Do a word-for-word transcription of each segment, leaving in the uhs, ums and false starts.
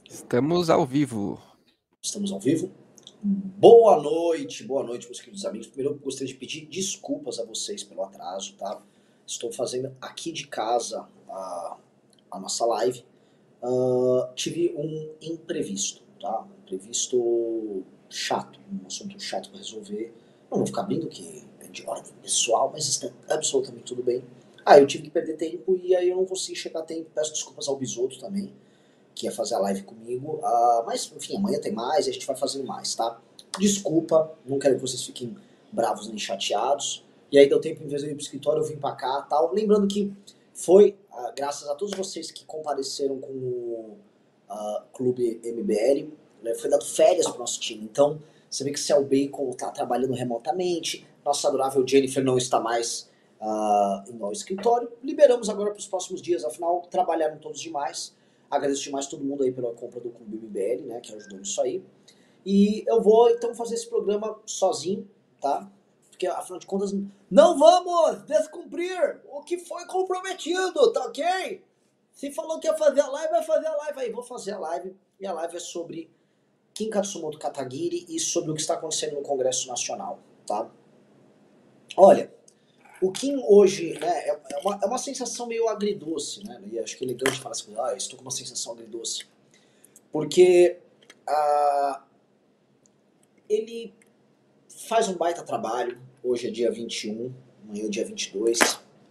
Estamos ao vivo. Estamos ao vivo? Boa noite, boa noite, meus queridos amigos. Primeiro, eu gostaria de pedir desculpas a vocês pelo atraso, tá? Estou fazendo aqui de casa a, a nossa live. Uh, tive um imprevisto, tá? Um imprevisto chato, um assunto chato para resolver. Não vou ficar abrindo que é de ordem pessoal, mas está absolutamente tudo bem. Ah, eu tive que perder tempo e aí eu não consegui chegar a tempo. Peço desculpas ao Bisoto também, que ia fazer a live comigo. Uh, mas, enfim, amanhã tem mais e a gente vai fazendo mais, tá? Desculpa, não quero que vocês fiquem bravos nem chateados. E aí deu tempo, em vez de eu ir pro escritório, eu vim pra cá e tal. Lembrando que foi uh, graças a todos vocês que compareceram com o uh, Clube M B L, né, foi dado férias pro nosso time. Então, você vê que o Cell Bacon tá trabalhando remotamente, nossa adorável Jennifer não está mais uh, no escritório. Liberamos agora para os próximos dias, afinal, trabalharam todos demais. Agradeço demais todo mundo aí pela compra do Clube M B L, né, que ajudou nisso aí. E eu vou, então, fazer esse programa sozinho, tá? Porque, afinal de contas, não vamos descumprir o que foi comprometido, tá ok? Se falou que ia fazer a live, vai fazer a live aí. Vou fazer a live, e a live é sobre Kim Katsumoto Katagiri e sobre o que está acontecendo no Congresso Nacional, tá? Olha, o Kim hoje, né, é uma, é uma sensação meio agridoce, né? E acho que é elegante falar assim, ah, estou com uma sensação agridoce. Porque ah, ele faz um baita trabalho, hoje é dia vinte e um, amanhã é dia vinte e dois,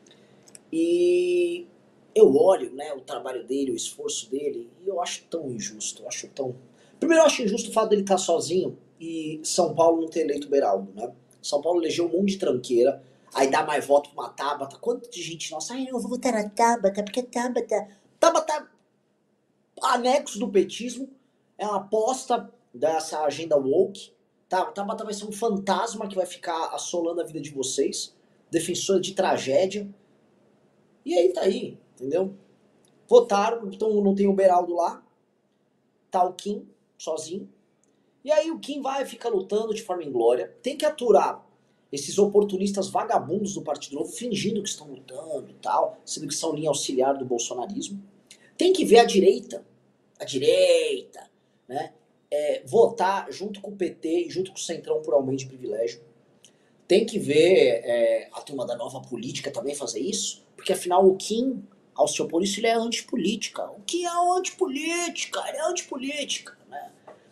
e eu olho, né, o trabalho dele, o esforço dele, e eu acho tão injusto, eu acho tão... Primeiro eu acho injusto o fato dele estar sozinho e São Paulo não ter eleito o Beraldo, né? São Paulo elegeu um monte de tranqueira, aí dá mais voto pra uma Tabata, quanto de gente, nossa, ai, eu vou votar na Tabata, porque a Tabata... Tabata, anexo do petismo, é uma aposta dessa agenda woke, tá? A Tabata vai ser um fantasma que vai ficar assolando a vida de vocês, defensora de tragédia, e aí tá aí, entendeu? Votaram, então não tem o Beraldo lá, tá o Kim sozinho, e aí o Kim vai ficar lutando de forma inglória, tem que aturar esses oportunistas vagabundos do Partido Novo, fingindo que estão lutando e tal, sendo que são linha auxiliar do bolsonarismo. Tem que ver a direita, a direita, né, é, votar junto com o P T e junto com o Centrão por aumento de privilégio. Tem que ver é, a turma da nova política também fazer isso, porque afinal o Kim, ao se opor isso, ele é antipolítica. O Kim é antipolítica, ele é antipolítica, né?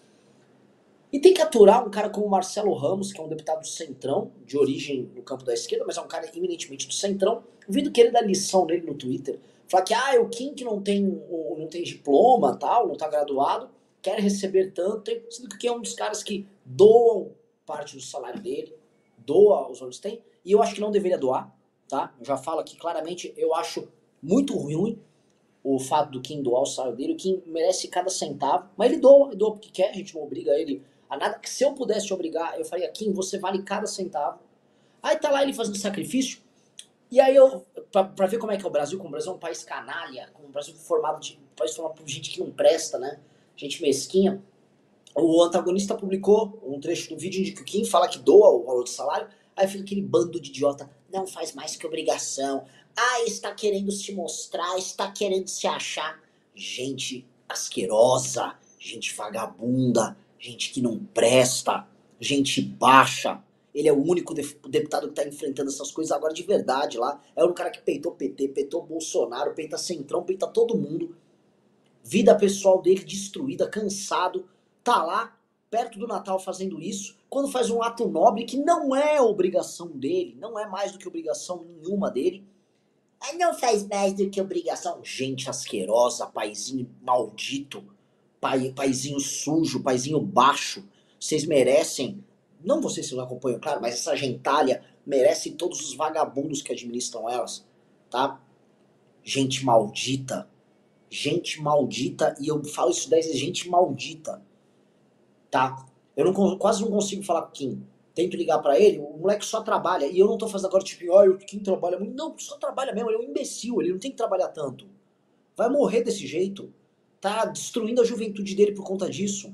E tem que aturar um cara como Marcelo Ramos, que é um deputado do Centrão, de origem no campo da esquerda, mas é um cara eminentemente do Centrão, vindo querer dar lição nele no Twitter. Falar que ah, o Kim que não tem, não tem diploma, tal, não tá graduado, quer receber tanto, sendo que o Kim é um dos caras que doam parte do salário dele, doa os olhos tem, e eu acho que não deveria doar, tá? Eu já falo aqui claramente, eu acho muito ruim o fato do Kim doar o salário dele. O Kim merece cada centavo, mas ele doa, ele doa porque quer, a gente não obriga ele a nada. Se eu pudesse te obrigar, eu faria, Kim, você vale cada centavo. Aí tá lá ele fazendo sacrifício, e aí eu, pra, pra ver como é que é o Brasil, como o Brasil é um país canalha, como o Brasil é formado de, um país formado por gente que não presta, né? Gente mesquinha. O antagonista publicou um trecho do vídeo em que o Kim fala que doa o valor do salário, aí fica aquele bando de idiota, não faz mais que obrigação, ah, está querendo se mostrar, está querendo se achar. Gente asquerosa, gente vagabunda, gente que não presta, gente baixa. Ele é o único deputado que está enfrentando essas coisas agora de verdade lá. É o cara que peitou P T, peitou Bolsonaro, peita Centrão, peita todo mundo. Vida pessoal dele destruída, cansado, tá lá, perto do Natal fazendo isso, quando faz um ato nobre que não é obrigação dele, não é mais do que obrigação nenhuma dele, aí não faz mais do que obrigação. Gente asquerosa, paizinho maldito, pai, paizinho sujo, paizinho baixo, vocês merecem, não vocês que não acompanham, claro, mas essa gentalha merece todos os vagabundos que administram elas, tá? Gente maldita. Gente maldita, e eu falo isso dez vezes, gente maldita, tá? Eu não, quase não consigo falar com o Kim. Tento ligar pra ele, o moleque só trabalha, e eu não tô fazendo agora tipo, ó, o Kim trabalha muito. Não, só trabalha mesmo, ele é um imbecil, ele não tem que trabalhar tanto. Vai morrer desse jeito. Tá destruindo a juventude dele por conta disso.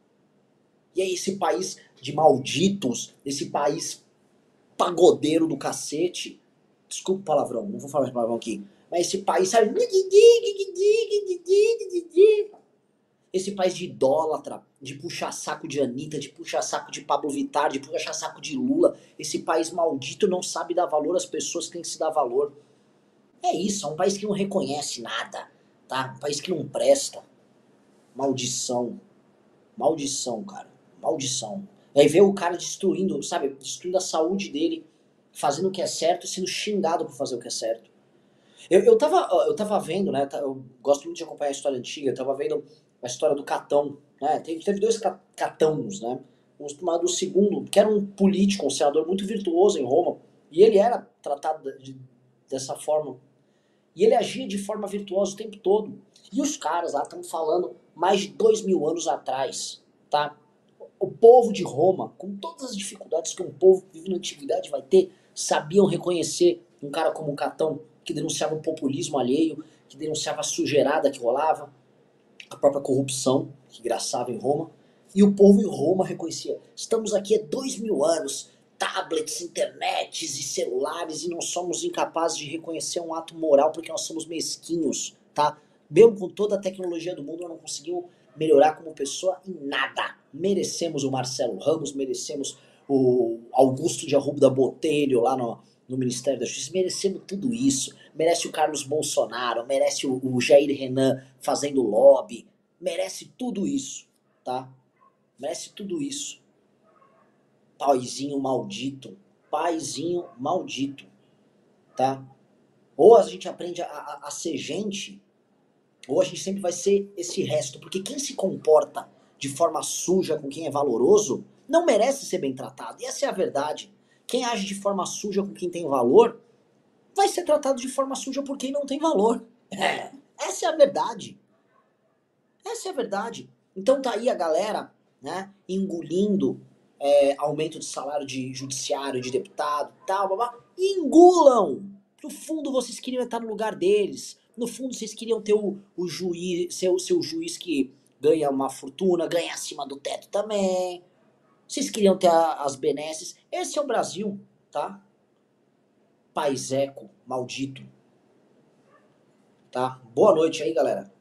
E é esse país de malditos, esse país pagodeiro do cacete. Desculpa o palavrão, não vou falar mais palavrão aqui. Mas esse país, sabe? esse país de idólatra, de puxar saco de Anitta, de puxar saco de Pablo Vittar, de puxar saco de Lula. Esse país maldito não sabe dar valor às pessoas que têm que se dar valor. É isso, é um país que não reconhece nada, tá? Um país que não presta. Maldição. Maldição, cara. Maldição. Aí vê o cara destruindo, sabe? Destruindo a saúde dele, fazendo o que é certo e sendo xingado por fazer o que é certo. Eu, eu, tava, eu tava vendo, né? Eu gosto muito de acompanhar a história antiga, eu tava vendo a história do Catão, né? Teve, teve dois Catãos, né? Um, do segundo, que era um político, um senador muito virtuoso em Roma, e ele era tratado de, dessa forma. E ele agia de forma virtuosa o tempo todo. E os caras lá estão falando mais de dois mil anos atrás, tá? O povo de Roma, com todas as dificuldades que um povo que vive na antiguidade vai ter, sabiam reconhecer um cara como o Catão, que denunciava o populismo alheio, que denunciava a sujeirada que rolava, a própria corrupção que graçava em Roma. E o povo em Roma reconhecia, estamos aqui há dois mil anos, tablets, internets e celulares, e não somos incapazes de reconhecer um ato moral porque nós somos mesquinhos, tá? Mesmo com toda a tecnologia do mundo, nós não conseguimos melhorar como pessoa em nada. Merecemos o Marcelo Ramos, merecemos o Augusto de Arruda Botelho lá no, no Ministério da Justiça, merecemos tudo isso. Merece o Carlos Bolsonaro, merece o, o Jair Renan fazendo lobby, merece tudo isso, tá? Merece tudo isso. Paizinho maldito, paizinho maldito, tá? Ou a gente aprende a, a, a ser gente, ou a gente sempre vai ser esse resto, porque quem se comporta de forma suja com quem é valoroso, não merece ser bem tratado, e essa é a verdade. Quem age de forma suja com quem tem valor, vai ser tratado de forma suja por quem não tem valor. É, essa é a verdade. Essa é a verdade. Então tá aí a galera, né, engolindo é, aumento de salário de judiciário, de deputado, tal, blá, blá. Engulam! No fundo vocês queriam estar no lugar deles. No fundo vocês queriam ter o, o juiz, seu, seu juiz que ganha uma fortuna, ganha acima do teto também. Vocês queriam ter a, as benesses. Esse é o Brasil, tá? Paiseco, maldito. Tá? Boa noite aí, galera.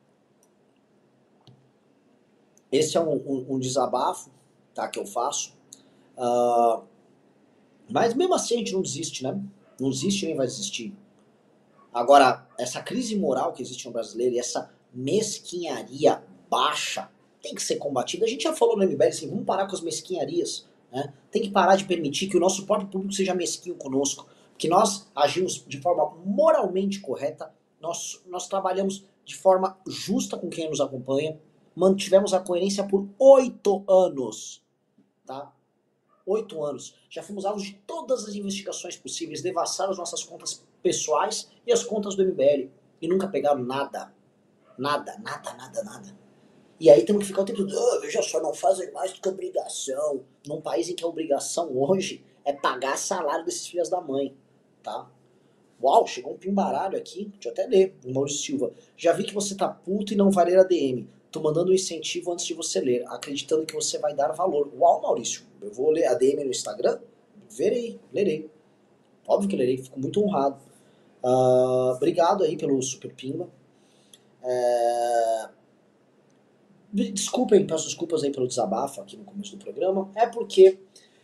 Esse é um, um, um desabafo, tá, que eu faço. Uh, mas mesmo assim a gente não desiste, né? Não desiste nem vai desistir. Agora, essa crise moral que existe no brasileiro e essa mesquinharia baixa tem que ser combatida. A gente já falou no M B L assim, vamos parar com as mesquinharias, né? Tem que parar de permitir que o nosso próprio público seja mesquinho conosco. Porque nós agimos de forma moralmente correta, nós, nós trabalhamos de forma justa com quem nos acompanha, mantivemos a coerência por oito anos, tá? Oito anos. Já fomos alvos de todas as investigações possíveis, devassaram as nossas contas pessoais e as contas do M B L. E nunca pegaram nada. Nada, nada, nada, nada. E aí temos que ficar o tempo todo, oh, veja só, não fazem mais do que obrigação. Num país em que a obrigação hoje é pagar salário desses filhos da mãe, tá? Uau, chegou um pimbaralho aqui, deixa eu até ler, o Maurício Silva. Já vi que você tá puto e não vai ler a D M. Tô mandando um incentivo antes de você ler, acreditando que você vai dar valor. Uau, Maurício, eu vou ler a D M no Instagram? Verei, lerei. Óbvio que lerei, fico muito honrado. Uh, obrigado aí pelo super pimba. É... Desculpem, peço desculpas aí pelo desabafo aqui no começo do programa. É porque...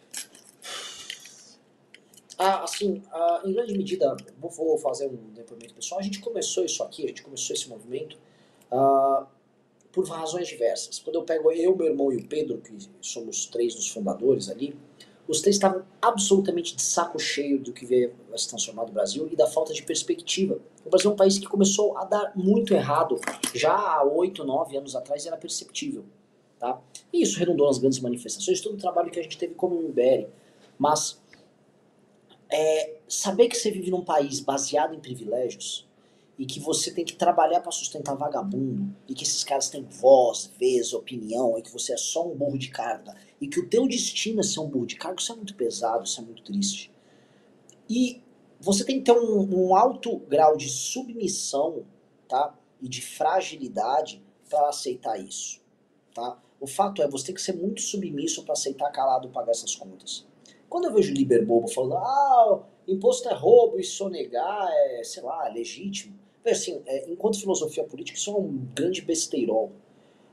Ah, assim, ah, em grande medida, vou, vou fazer um depoimento pessoal, a gente começou isso aqui, a gente começou esse movimento ah, por razões diversas. Quando eu pego eu, meu irmão e o Pedro, que somos três dos fundadores ali, os três estavam absolutamente de saco cheio do que veio a se transformar no Brasil e da falta de perspectiva. O Brasil é um país que começou a dar muito errado já há oito, nove anos atrás, era perceptível. Tá? E isso redundou nas grandes manifestações, todo o trabalho que a gente teve como M B L. Mas... É, saber que você vive num país baseado em privilégios e que você tem que trabalhar para sustentar vagabundo e que esses caras têm voz, vez, opinião e que você é só um burro de carga e que o teu destino é ser um burro de carga, isso é muito pesado, isso é muito triste. E você tem que ter um, um alto grau de submissão, tá? E de fragilidade para aceitar isso, tá? O fato é, você tem que ser muito submisso para aceitar calado pagar essas contas. Quando eu vejo líder bobo falando, ah, imposto é roubo e sonegar é, sei lá, legítimo. Assim, é, enquanto filosofia política, isso é um grande besteirol.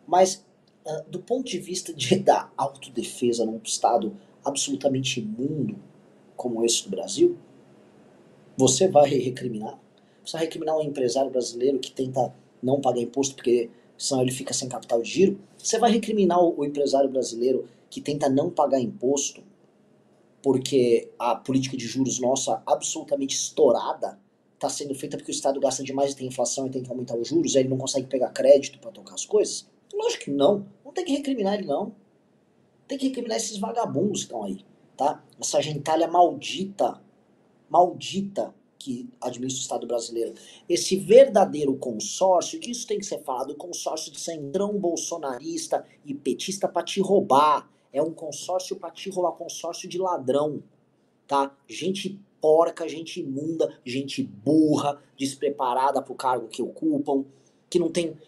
Mas, uh, do ponto de vista de, da autodefesa num estado absolutamente imundo como esse do Brasil, você vai recriminar? Você vai recriminar um empresário brasileiro que tenta não pagar imposto porque senão ele fica sem capital de giro? Você vai recriminar o, o empresário brasileiro que tenta não pagar imposto porque a política de juros nossa, absolutamente estourada, está sendo feita porque o Estado gasta demais e tem inflação e tem que aumentar os juros, e aí ele não consegue pegar crédito para tocar as coisas? Lógico que não. Não tem que recriminar ele, não. Tem que recriminar esses vagabundos que estão aí, tá? Essa gentalha maldita, maldita que administra o Estado brasileiro. Esse verdadeiro consórcio, que isso tem que ser falado, o consórcio de centrão bolsonarista e petista para te roubar. É um consórcio pra te roubar, consórcio de ladrão, tá? Gente porca, gente imunda, gente burra, despreparada pro cargo que ocupam, que não tem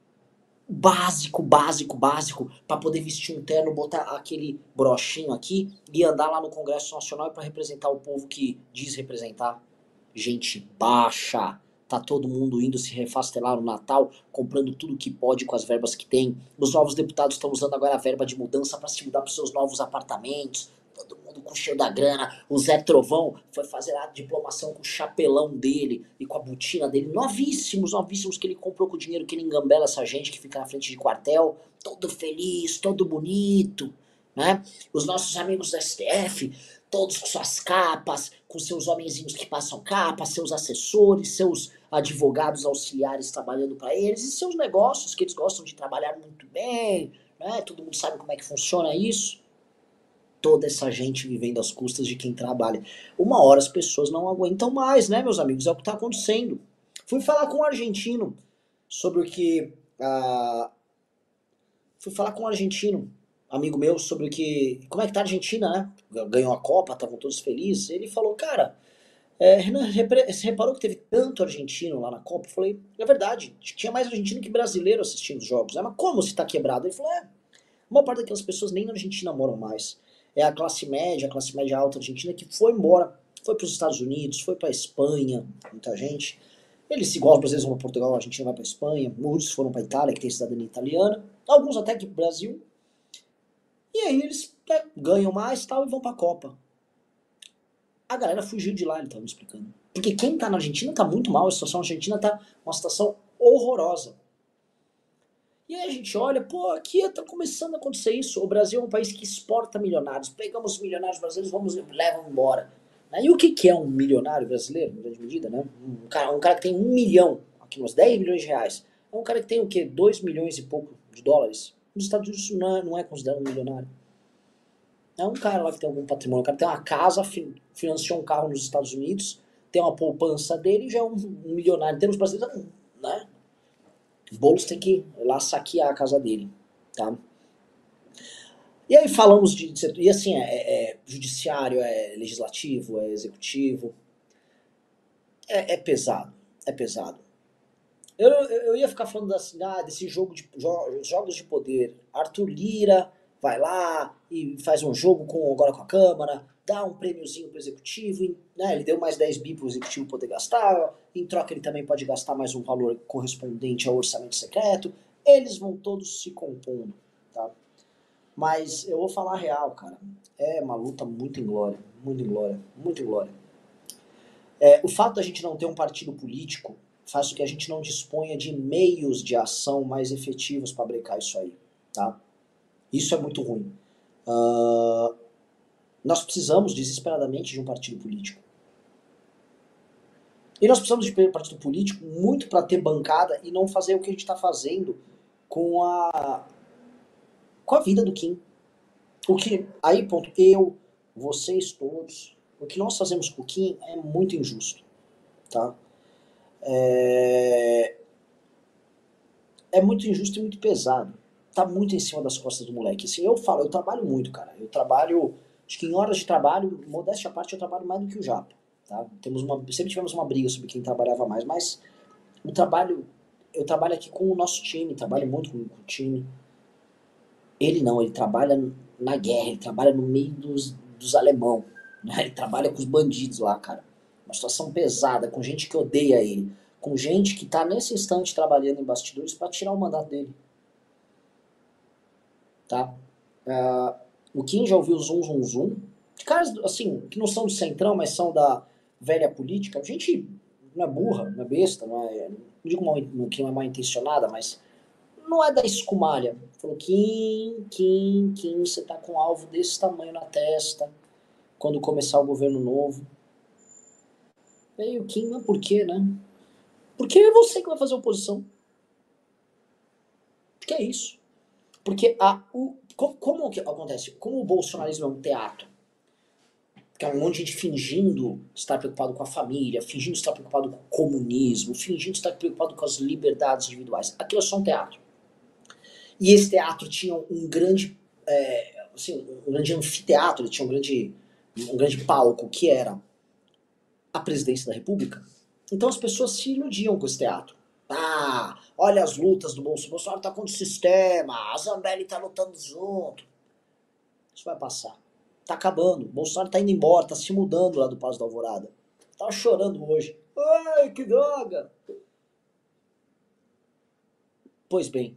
básico, básico, básico pra poder vestir um terno, botar aquele brochinho aqui e andar lá no Congresso Nacional pra representar o povo que diz representar. Gente baixa. Tá todo mundo indo se refastelar no Natal, comprando tudo que pode com as verbas que tem. Os novos deputados estão usando agora a verba de mudança para se mudar para seus novos apartamentos. Todo mundo com o cheio da grana. O Zé Trovão foi fazer a diplomação com o chapelão dele e com a botina dele. Novíssimos, novíssimos, que ele comprou com o dinheiro que ele engambela essa gente que fica na frente de quartel. Todo feliz, todo bonito, né? Os nossos amigos da S T F, todos com suas capas, com seus homenzinhos que passam capa, seus assessores, seus advogados auxiliares trabalhando para eles, e seus negócios que eles gostam de trabalhar muito bem, né? Todo mundo sabe como é que funciona isso. Toda essa gente vivendo às custas de quem trabalha. Uma hora as pessoas não aguentam mais, né, meus amigos? É o que está acontecendo. Fui falar com um argentino sobre o que... Uh, fui falar com um argentino, amigo meu, sobre o que... Como é que tá a Argentina, né? Ganhou a Copa, estavam todos felizes. Ele falou, cara... É, Renan, você reparou que teve tanto argentino lá na Copa? Eu falei, é verdade, tinha mais argentino que brasileiro assistindo os jogos. Né? Mas como se tá quebrado? Ele falou, é, uma parte daquelas pessoas nem na Argentina moram mais. É a classe média, a classe média alta argentina que foi embora. Foi para os Estados Unidos, foi para Espanha, muita gente. Eles, igual os brasileiros vão para Portugal, a Argentina vai para Espanha. Muitos foram para Itália, que tem cidadania italiana. Alguns até que pro Brasil. E aí eles né, ganham mais tal e vão para a Copa. A galera fugiu de lá, ele tava me explicando. Porque quem tá na Argentina tá muito mal, a situação na Argentina tá uma situação horrorosa. E aí a gente olha, pô, aqui tá começando a acontecer isso. O Brasil é um país que exporta milionários. Pegamos os milionários brasileiros, vamos levam embora. E o que, que é um milionário brasileiro, em grande medida, né? Um cara, um cara que tem um milhão, aqui uns dez milhões de reais. É um cara que tem o quê? dois milhões e pouco de dólares. Nos Estados Unidos isso não é, não é considerado um milionário. É um cara lá que tem algum patrimônio, o cara tem uma casa, financiou um carro nos Estados Unidos, tem uma poupança dele e já é um, um milionário. Em termos brasileiros, né? Boulos tem que ir lá saquear a casa dele, tá? E aí falamos de... E assim, é, é judiciário, é legislativo, é executivo. É, é pesado, é pesado. Eu, eu ia ficar falando assim, ah, desse jogo de jogos de poder. Arthur Lira vai lá e faz um jogo com, agora com a Câmara, dá um prêmiozinho pro executivo, né, ele deu mais dez bi pro executivo poder gastar, em troca ele também pode gastar mais um valor correspondente ao orçamento secreto, eles vão todos se compondo, tá? Mas eu vou falar a real, cara, é uma luta muito inglória, muito inglória, muito inglória. É, o fato da gente não ter um partido político faz com que a gente não disponha de meios de ação mais efetivos para brecar isso aí, tá? Isso é muito ruim. Uh, nós precisamos desesperadamente de um partido político. E nós precisamos de um partido político muito para ter bancada e não fazer o que a gente está fazendo com a, com a vida do Kim. O que, aí, ponto, eu, vocês todos, o que nós fazemos com o Kim é muito injusto, tá? É, é muito injusto e muito pesado. Tá muito em cima das costas do moleque. Assim, eu falo, eu trabalho muito, cara. Eu trabalho, acho que em horas de trabalho, modéstia à parte, eu trabalho mais do que o Japa, tá? Temos uma, sempre tivemos uma briga sobre quem trabalhava mais, mas o trabalho, eu trabalho aqui com o nosso time, trabalho muito com, com o time. Ele não, ele trabalha na guerra, ele trabalha no meio dos, dos alemão, né? Ele trabalha com os bandidos lá, cara. Uma situação pesada, com gente que odeia ele, com gente que tá nesse instante trabalhando em bastidores para tirar o mandato dele. tá? Uh, o Kim já ouviu Zum Zum Zum? De caras, assim, que não são do centrão, mas são da velha política. A gente não é burra, não é besta, não é... Não digo mal, que não é mal intencionada, mas não é da escumalha. Falou, Kim, Kim, Kim, você tá com um alvo desse tamanho na testa quando começar o governo novo. E aí o Kim, mas por quê, né? Porque é você que vai fazer oposição. Porque é isso. Porque a, o, como, como que acontece? Como o bolsonarismo é um teatro, que é um monte de gente fingindo estar preocupado com a família, fingindo estar preocupado com o comunismo, fingindo estar preocupado com as liberdades individuais. Aquilo é só um teatro. E esse teatro tinha um grande, é, assim, um grande anfiteatro, ele tinha um grande, um grande palco, que era a presidência da República. Então as pessoas se iludiam com esse teatro. Ah, olha as lutas do Bolsonaro, o Bolsonaro tá contra o sistema, a Zambelli tá lutando junto. Isso vai passar. Tá acabando. O Bolsonaro tá indo embora, tá se mudando lá do Palácio da Alvorada. Tava chorando hoje. Ai, que droga! Pois bem,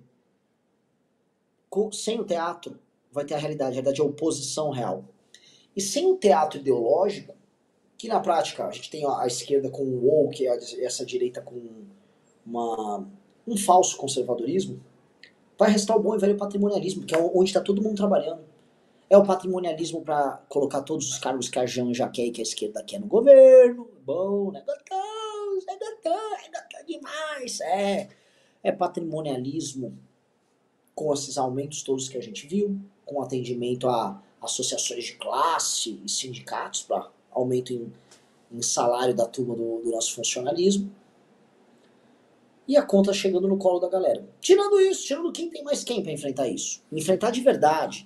com, sem o teatro vai ter a realidade. A realidade é a oposição real. E sem o teatro ideológico, que na prática a gente tem a esquerda com o woke, essa direita com uma, um falso conservadorismo, vai restar o bom e velho patrimonialismo, que é onde está todo mundo trabalhando. É o patrimonialismo para colocar todos os cargos que a Janja quer e que a esquerda quer no governo. Bom, né? Gostoso, é gostoso, é gostoso demais. É, é patrimonialismo com esses aumentos todos que a gente viu, com atendimento a associações de classe e sindicatos para aumento em, em salário da turma do, do nosso funcionalismo. E a conta chegando no colo da galera. Tirando isso, tirando quem tem mais quem para enfrentar isso? Enfrentar de verdade.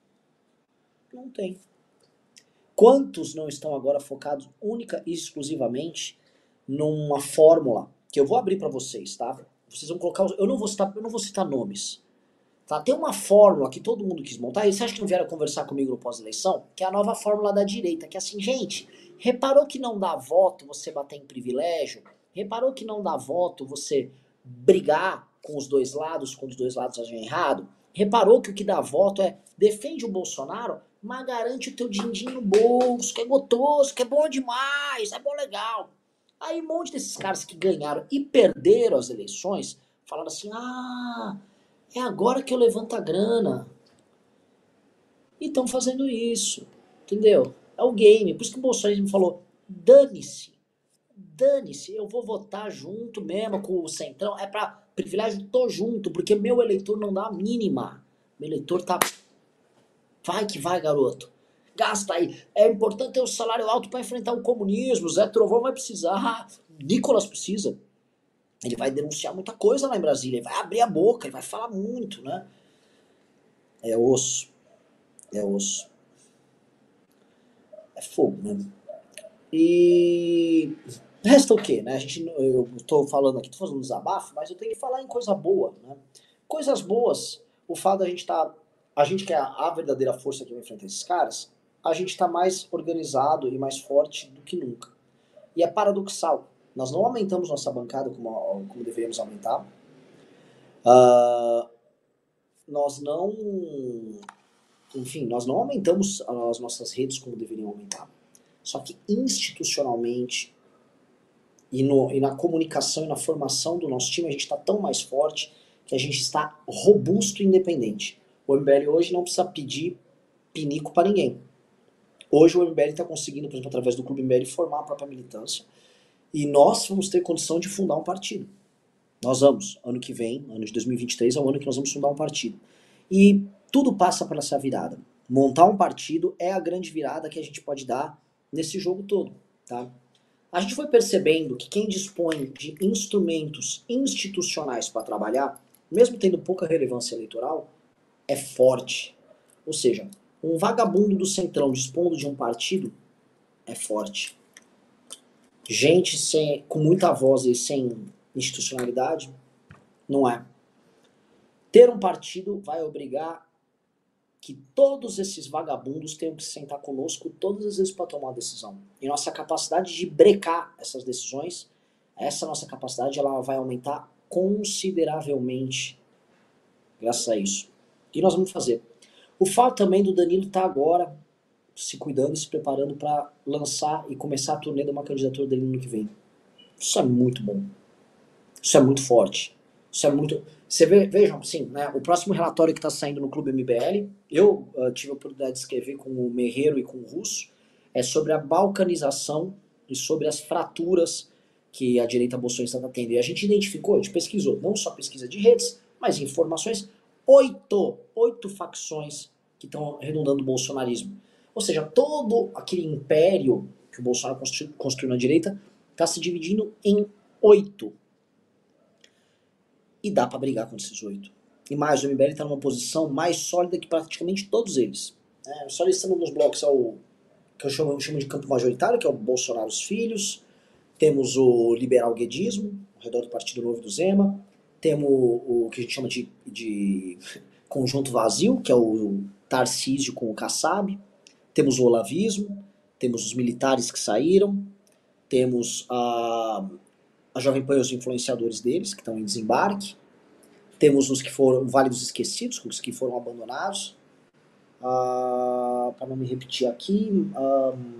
Não tem. Quantos não estão agora focados única e exclusivamente numa fórmula que eu vou abrir para vocês, tá? Vocês vão colocar, eu não vou citar, eu não vou citar nomes, tá? Tem uma fórmula que todo mundo quis montar. E você acha que não vieram conversar comigo no pós-eleição? Que é a nova fórmula da direita, que é assim, gente, reparou que não dá voto você bater em privilégio? Reparou que não dá voto você brigar com os dois lados, quando os dois lados agem errado? Reparou que o que dá voto é defende o Bolsonaro, mas garante o teu din-din no bolso, que é gostoso, que é bom demais, é bom legal. Aí um monte desses caras que ganharam e perderam as eleições falaram assim, ah, é agora que eu levanto a grana. E estão fazendo isso, entendeu? É o game. Por isso que o Bolsonaro me falou, dane-se, dane-se, eu vou votar junto mesmo com o Centrão. É pra privilégio, tô junto, porque meu eleitor não dá a mínima. Meu eleitor tá... Vai que vai, garoto. Gasta aí. É importante ter um salário alto para enfrentar o comunismo. Zé Trovão vai precisar. Nicolas precisa. Ele vai denunciar muita coisa lá em Brasília. Ele vai abrir a boca, ele vai falar muito, né? É osso. É osso. É fogo, né? E resta o quê, né? A gente, eu tô falando aqui, tô fazendo um desabafo, mas eu tenho que falar em coisa boa, né? Coisas boas. O fato da gente tá, a gente que é a verdadeira força que vai enfrentar esses caras, a gente tá mais organizado e mais forte do que nunca. E é paradoxal. Nós não aumentamos nossa bancada como, como deveríamos aumentar. Uh, nós não... Enfim, nós não aumentamos as nossas redes como deveriam aumentar. Só que institucionalmente e, no, e na comunicação e na formação do nosso time, a gente está tão mais forte que a gente está robusto e independente. O M B L hoje não precisa pedir pinico para ninguém. Hoje o M B L está conseguindo, por exemplo, através do Clube M B L, formar a própria militância. E nós vamos ter condição de fundar um partido. Nós vamos. Ano que vem, ano de dois mil e vinte e três, é o ano que nós vamos fundar um partido. E tudo passa por essa virada. Montar um partido é a grande virada que a gente pode dar nesse jogo todo, tá? A gente foi percebendo que quem dispõe de instrumentos institucionais para trabalhar, mesmo tendo pouca relevância eleitoral, é forte. Ou seja, um vagabundo do Centrão dispondo de um partido é forte. Gente sem, com muita voz e sem institucionalidade, não é. Ter um partido vai obrigar que todos esses vagabundos tenham que sentar conosco todas as vezes para tomar uma decisão. E nossa capacidade de brecar essas decisões, essa nossa capacidade, ela vai aumentar consideravelmente graças a isso. O que nós vamos fazer? O fato também do Danilo estar tá agora se cuidando e se preparando para lançar e começar a turnê de uma candidatura dele no ano que vem. Isso é muito bom. Isso é muito forte. Isso é muito... Você vê, vejam, sim, né, o próximo relatório que está saindo no Clube M B L, eu uh, tive a oportunidade de escrever com o Merreiro e com o Russo, é sobre a balcanização e sobre as fraturas que a direita bolsonarista está tendo. E a gente identificou, a gente pesquisou, não só pesquisa de redes, mas informações, oito, oito facções que estão redundando o bolsonarismo. Ou seja, todo aquele império que o Bolsonaro construiu, construiu na direita está se dividindo em oito. E dá para brigar com esses oito. E mais, o M B L está numa posição mais sólida que praticamente todos eles. É, só listando alguns blocos, é o que eu chamo, eu chamo de campo majoritário, que é o Bolsonaro os Filhos. Temos o liberal guedismo, ao redor do Partido Novo do Zema. Temos o, o que a gente chama de, de conjunto vazio, que é o Tarcísio com o Kassab. Temos o olavismo. Temos os militares que saíram. Temos a... a Jovem Pan e os influenciadores deles, que estão em desembarque. Temos os que foram, o Vale dos Esquecidos, os que foram abandonados. Uh, para não me repetir aqui, um,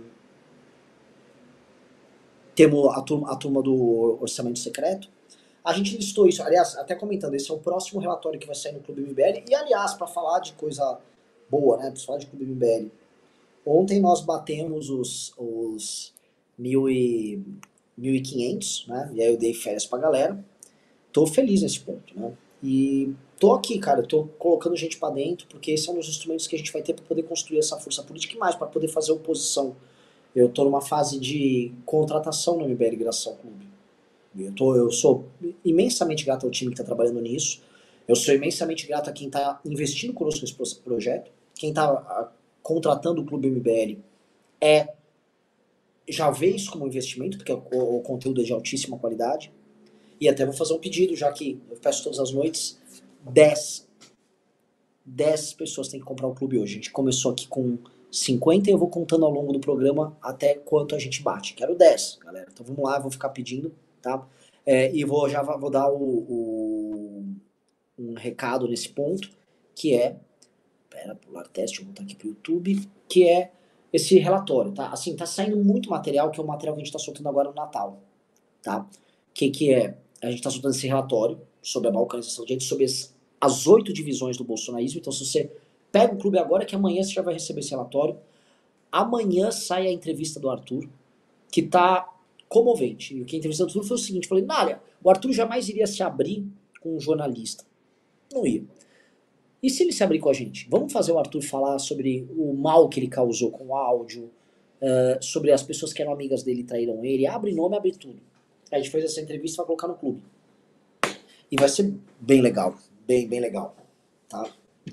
temos a turma, a turma do Orçamento Secreto. A gente listou isso, aliás, até comentando, esse é o próximo relatório que vai sair no Clube M B L. E, aliás, para falar de coisa boa, né, para falar de Clube M B L, ontem nós batemos os, os mil e quinhentos, né? E aí eu dei férias pra galera. Tô feliz nesse ponto, né? E tô aqui, cara, tô colocando gente pra dentro, porque esse é um dos instrumentos que a gente vai ter pra poder construir essa força política e mais, pra poder fazer oposição. Eu tô numa fase de contratação no M B L Gração Clube. Eu, tô, eu sou imensamente grato ao time que tá trabalhando nisso. Eu sou imensamente grato a quem tá investindo conosco nesse projeto. Quem tá a, contratando o Clube M B L é... já vê isso como investimento, porque o, o conteúdo é de altíssima qualidade. E até vou fazer um pedido, já que eu peço todas as noites, dez pessoas têm que comprar o clube hoje. A gente começou aqui com cinquenta e eu vou contando ao longo do programa até quanto a gente bate. Quero dez, galera. Então vamos lá, eu vou ficar pedindo, tá? É, e vou, já vou dar o, o, um recado nesse ponto, que é... Pera, pular teste, eu vou botar aqui pro YouTube, que é esse relatório, tá? Assim, tá saindo muito material, que é o material que a gente tá soltando agora no Natal, tá? Que que é? A gente tá soltando esse relatório sobre a balcanização, gente, sobre as, as oito divisões do bolsonarismo. Então, se você pega o clube agora, que amanhã você já vai receber esse relatório. Amanhã sai a entrevista do Arthur, que tá comovente. E o que a entrevista do Arthur foi o seguinte, eu falei, Nália, o Arthur jamais iria se abrir com um jornalista. Não ia. E se ele se abrir com a gente? Vamos fazer o Arthur falar sobre o mal que ele causou com o áudio, uh, sobre as pessoas que eram amigas dele e traíram ele. Abre nome, abre tudo. A gente fez essa entrevista e vai colocar no clube. E vai ser bem legal. Bem, bem legal. Tá?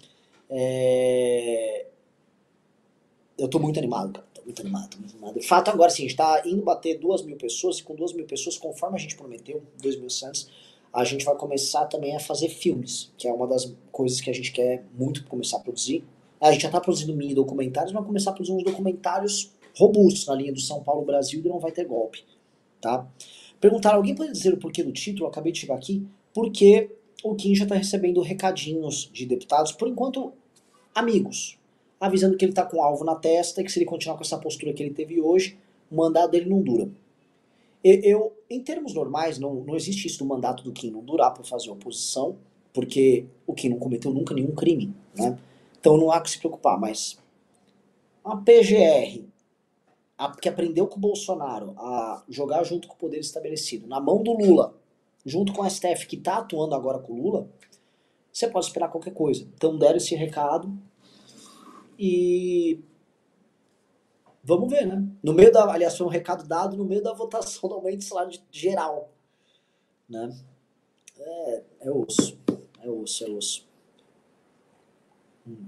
É... Eu tô muito animado, cara. Tô muito animado, tô muito animado. O fato agora, assim, a gente tá indo bater duas mil pessoas, e com duas mil pessoas, conforme a gente prometeu, dois mil santos, a gente vai começar também a fazer filmes, que é uma das coisas que a gente quer muito começar a produzir. A gente já tá produzindo mini documentários, mas vai começar a produzir uns documentários robustos na linha do São Paulo Brasil e Não Vai Ter Golpe. Tá? Perguntaram, alguém pode dizer o porquê do título? Eu acabei de chegar aqui. Porque o Kim já está recebendo recadinhos de deputados, por enquanto amigos, avisando que ele está com um alvo na testa e que se ele continuar com essa postura que ele teve hoje, o mandato dele não dura. Eu, em termos normais, não, não existe isso do mandato do Kim não durar para fazer oposição, porque o Kim não cometeu nunca nenhum crime, né? Então não há que se preocupar, mas a P G R, a, que aprendeu com o Bolsonaro a jogar junto com o poder estabelecido, na mão do Lula, junto com a S T F que está atuando agora com o Lula, você pode esperar qualquer coisa. Então deram esse recado e vamos ver, né? No meio da, aliás, foi um recado dado no meio da votação do aumento de salário geral, né? É, é osso, é osso, é osso. Hum.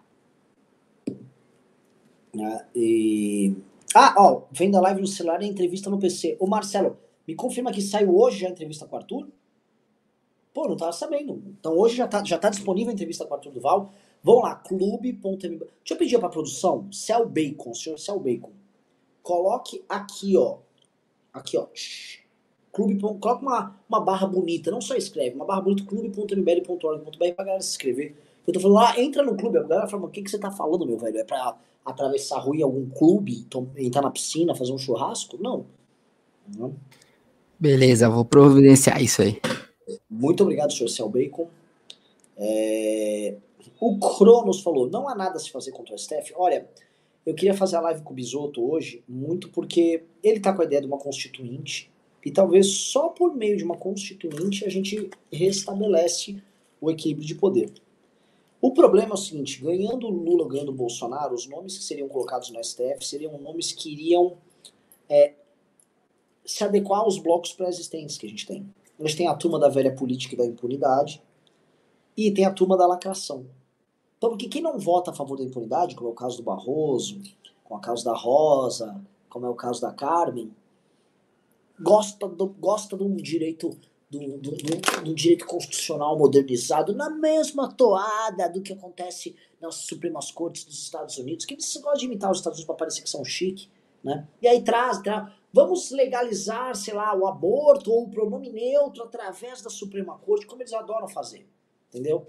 Ah, e... ah, ó, vem da live no celular e entrevista no P C. Ô Marcelo, me confirma que saiu hoje já a entrevista com o Arthur? Pô, não tava sabendo. Então hoje já tá, já tá disponível a entrevista com o Arthur Duval. Vão lá, clube.m. Deixa eu pedir pra produção, Cell Bacon, senhor Cell Bacon. Coloque aqui, ó. Aqui, ó. Clube. Coloca uma, uma barra bonita, não só escreve, uma barra bonita, clube ponto m b l ponto org ponto b r pra galera se inscrever. Eu tô falando, ah, entra no clube. A galera fala, o que, que você tá falando, meu velho? É pra atravessar a rua em algum clube, entrar na piscina, fazer um churrasco? Não. Não. Beleza, vou providenciar isso aí. Muito obrigado, senhor Cel Bacon. É... O Cronos falou, não há nada a se fazer contra o S T F. Olha, eu queria fazer a live com o Bisotto hoje, muito porque ele tá com a ideia de uma constituinte, e talvez só por meio de uma constituinte a gente restabelece o equilíbrio de poder. O problema é o seguinte, ganhando o Lula, ganhando o Bolsonaro, os nomes que seriam colocados no S T F seriam nomes que iriam é, se adequar aos blocos pré-existentes que a gente tem. A gente tem a turma da velha política e da impunidade, e tem a turma da lacração. Então, porque quem não vota a favor da impunidade, como é o caso do Barroso, como é o caso da Rosa, como é o caso da Carmen, gosta do, gosta de um direito, do, do, do, do direito constitucional modernizado na mesma toada do que acontece nas Supremas Cortes dos Estados Unidos, que eles gostam de imitar os Estados Unidos para parecer que são chique, né? E aí traz, traz, vamos legalizar, sei lá, o aborto ou o pronome neutro através da Suprema Corte, como eles adoram fazer, entendeu?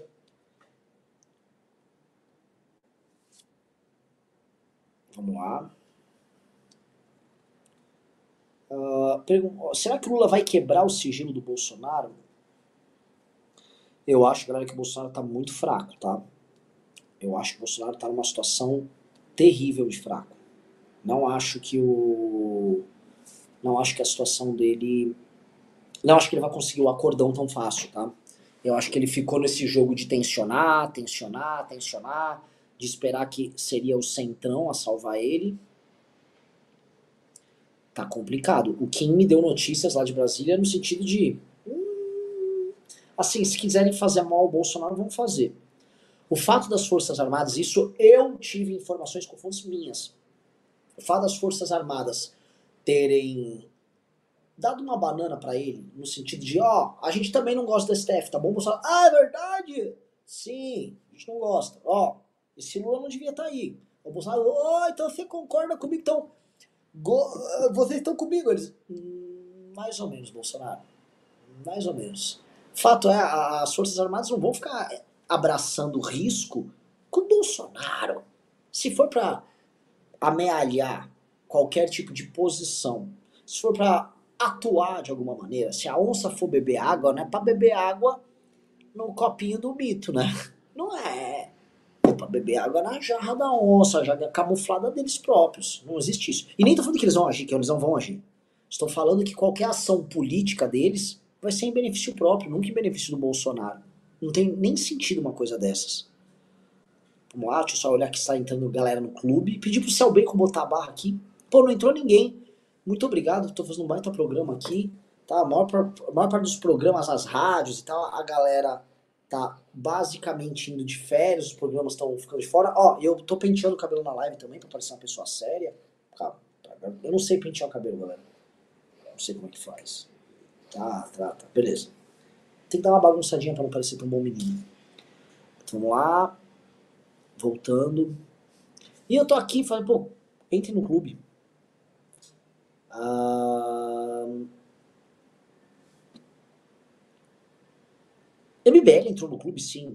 Vamos lá. Uh, será que o Lula vai quebrar o sigilo do Bolsonaro? Eu acho, galera, que o Bolsonaro tá muito fraco, tá? Eu acho que o Bolsonaro tá numa situação terrível de fraco. Não acho que o... Não acho que a situação dele... Não acho que ele vai conseguir o acordão tão fácil, tá? Eu acho que ele ficou nesse jogo de tensionar, tensionar, tensionar, de esperar que seria o Centrão a salvar ele. Tá complicado. O Kim me deu notícias lá de Brasília no sentido de... Hum, assim, se quiserem fazer mal ao Bolsonaro, vão fazer. O fato das Forças Armadas, isso eu tive informações com fontes minhas. O fato das Forças Armadas terem dado uma banana pra ele, no sentido de, ó, oh, a gente também não gosta do S T F, tá bom, Bolsonaro? Ah, é verdade? Sim, a gente não gosta. Ó, oh, esse Lula não devia estar tá aí. O Bolsonaro, ó, oh, então você concorda comigo, então... Go vocês estão comigo? Eles, hum, mais ou menos, Bolsonaro. Mais ou menos. Fato é, a, as Forças Armadas não vão ficar abraçando risco com o Bolsonaro. Se for pra amealhar qualquer tipo de posição, se for pra atuar de alguma maneira, se a onça for beber água, não é pra beber água no copinho do mito, né? Não é. Pra beber água na jarra da onça, a jarra camuflada deles próprios. Não existe isso. E nem tô falando que eles vão agir, que eles não vão agir. Estou falando que qualquer ação política deles vai ser em benefício próprio, nunca em benefício do Bolsonaro. Não tem nem sentido uma coisa dessas. Vamos lá, deixa eu só olhar que está entrando galera no clube. Pedir pro Cel Bacon botar a barra aqui. Pô, não entrou ninguém. Muito obrigado, tô fazendo um baita programa aqui. Tá? A maior, a maior parte dos programas, as rádios e tal, a galera... tá basicamente indo de férias, os programas estão ficando de fora. Ó, eu tô penteando o cabelo na live também, pra parecer uma pessoa séria. Calma, eu não sei pentear o cabelo, galera. Não sei como é que faz. Tá, tá, tá, beleza. Tem que dar uma bagunçadinha pra não parecer tão bom menino. Então, vamos lá. Voltando. E eu tô aqui, falei, pô, entre no clube. Ah... M B L entrou no clube, sim.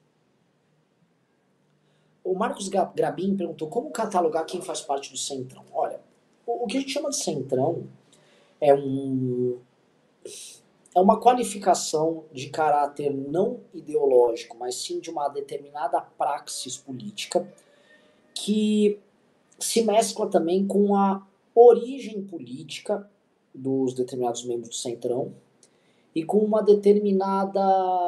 O Marcos Grabin perguntou como catalogar quem faz parte do Centrão. Olha, o, o que a gente chama de Centrão é, um, é uma qualificação de caráter não ideológico, mas sim de uma determinada praxis política que se mescla também com a origem política dos determinados membros do Centrão e com uma determinada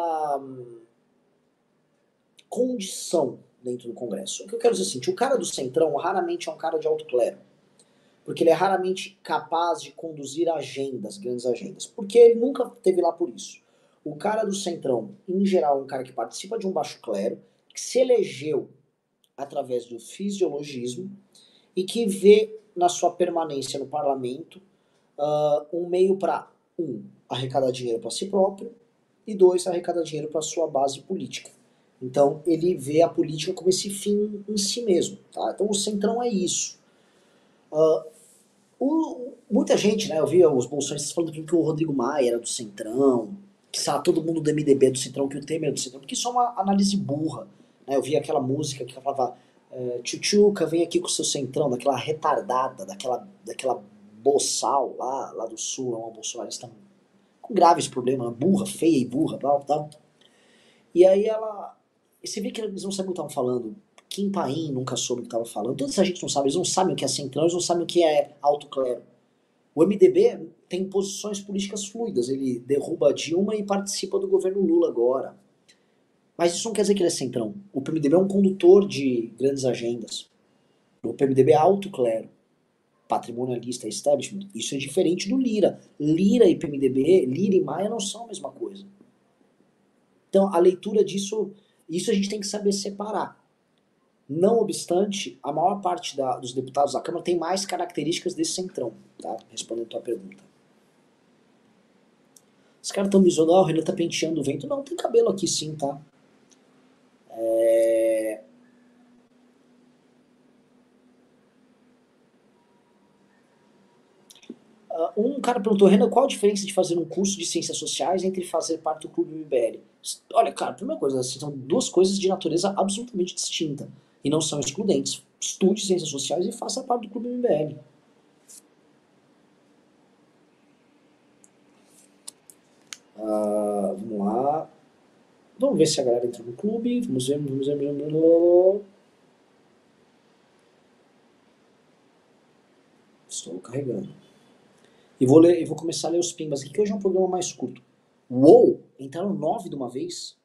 condição dentro do Congresso. O que eu quero dizer é assim, o cara do Centrão raramente é um cara de alto clero, porque ele é raramente capaz de conduzir agendas, grandes agendas, porque ele nunca teve lá por isso. O cara do Centrão, em geral, é um cara que participa de um baixo clero, que se elegeu através do fisiologismo e que vê na sua permanência no parlamento uh, um meio para, um, arrecadar dinheiro para si próprio e dois, arrecadar dinheiro para sua base política. Então ele vê a política como esse fim em si mesmo. Tá? Então o Centrão é isso. Uh, o, muita gente, né, eu vi os bolsonaristas falando que o Rodrigo Maia era do Centrão, que sabe, todo mundo do M D B é do Centrão, que o Temer é do Centrão, porque isso é uma análise burra. né? Eu via aquela música que falava é, Tchutchuca, vem aqui com o seu centrão, daquela retardada, daquela, daquela boçal lá, lá do sul, uma bolsonarista com graves problemas, burra, feia e burra, tal, tal. E aí ela... E você vê que eles não sabem o que estavam falando. Kim Paim nunca soube o que estava falando. Toda essa gente não sabe, eles não sabem o que é centrão, eles não sabem o que é alto clero. O M D B tem posições políticas fluidas, ele derruba a Dilma e participa do governo Lula agora. Mas isso não quer dizer que ele é centrão. O P M D B é um condutor de grandes agendas. O P M D B é alto clero, patrimonialista, establishment. Isso é diferente do Lira. Lira e P M D B, Lira e Maia não são a mesma coisa. Então a leitura disso, isso a gente tem que saber separar. Não obstante, a maior parte da, dos deputados da Câmara tem mais características desse centrão, tá? Respondendo a tua pergunta. Os caras estão me zoando, ah, o Renan tá penteando o vento. Não, tem cabelo aqui sim, tá? É... Um cara perguntou, Renan, qual a diferença de fazer um curso de ciências sociais entre fazer parte do Clube M B L? Olha, cara, primeira coisa, assim, são duas coisas de natureza absolutamente distinta e não são excludentes. Estude ciências sociais e faça parte do Clube M B L. Uh, vamos lá. Vamos ver se a galera entra no clube. Vamos ver, vamos ver. Vamos ver. Estou carregando. E vou, ler, e vou começar a ler os pimbas aqui, que hoje é um programa mais curto. Uou! Entraram nove de uma vez?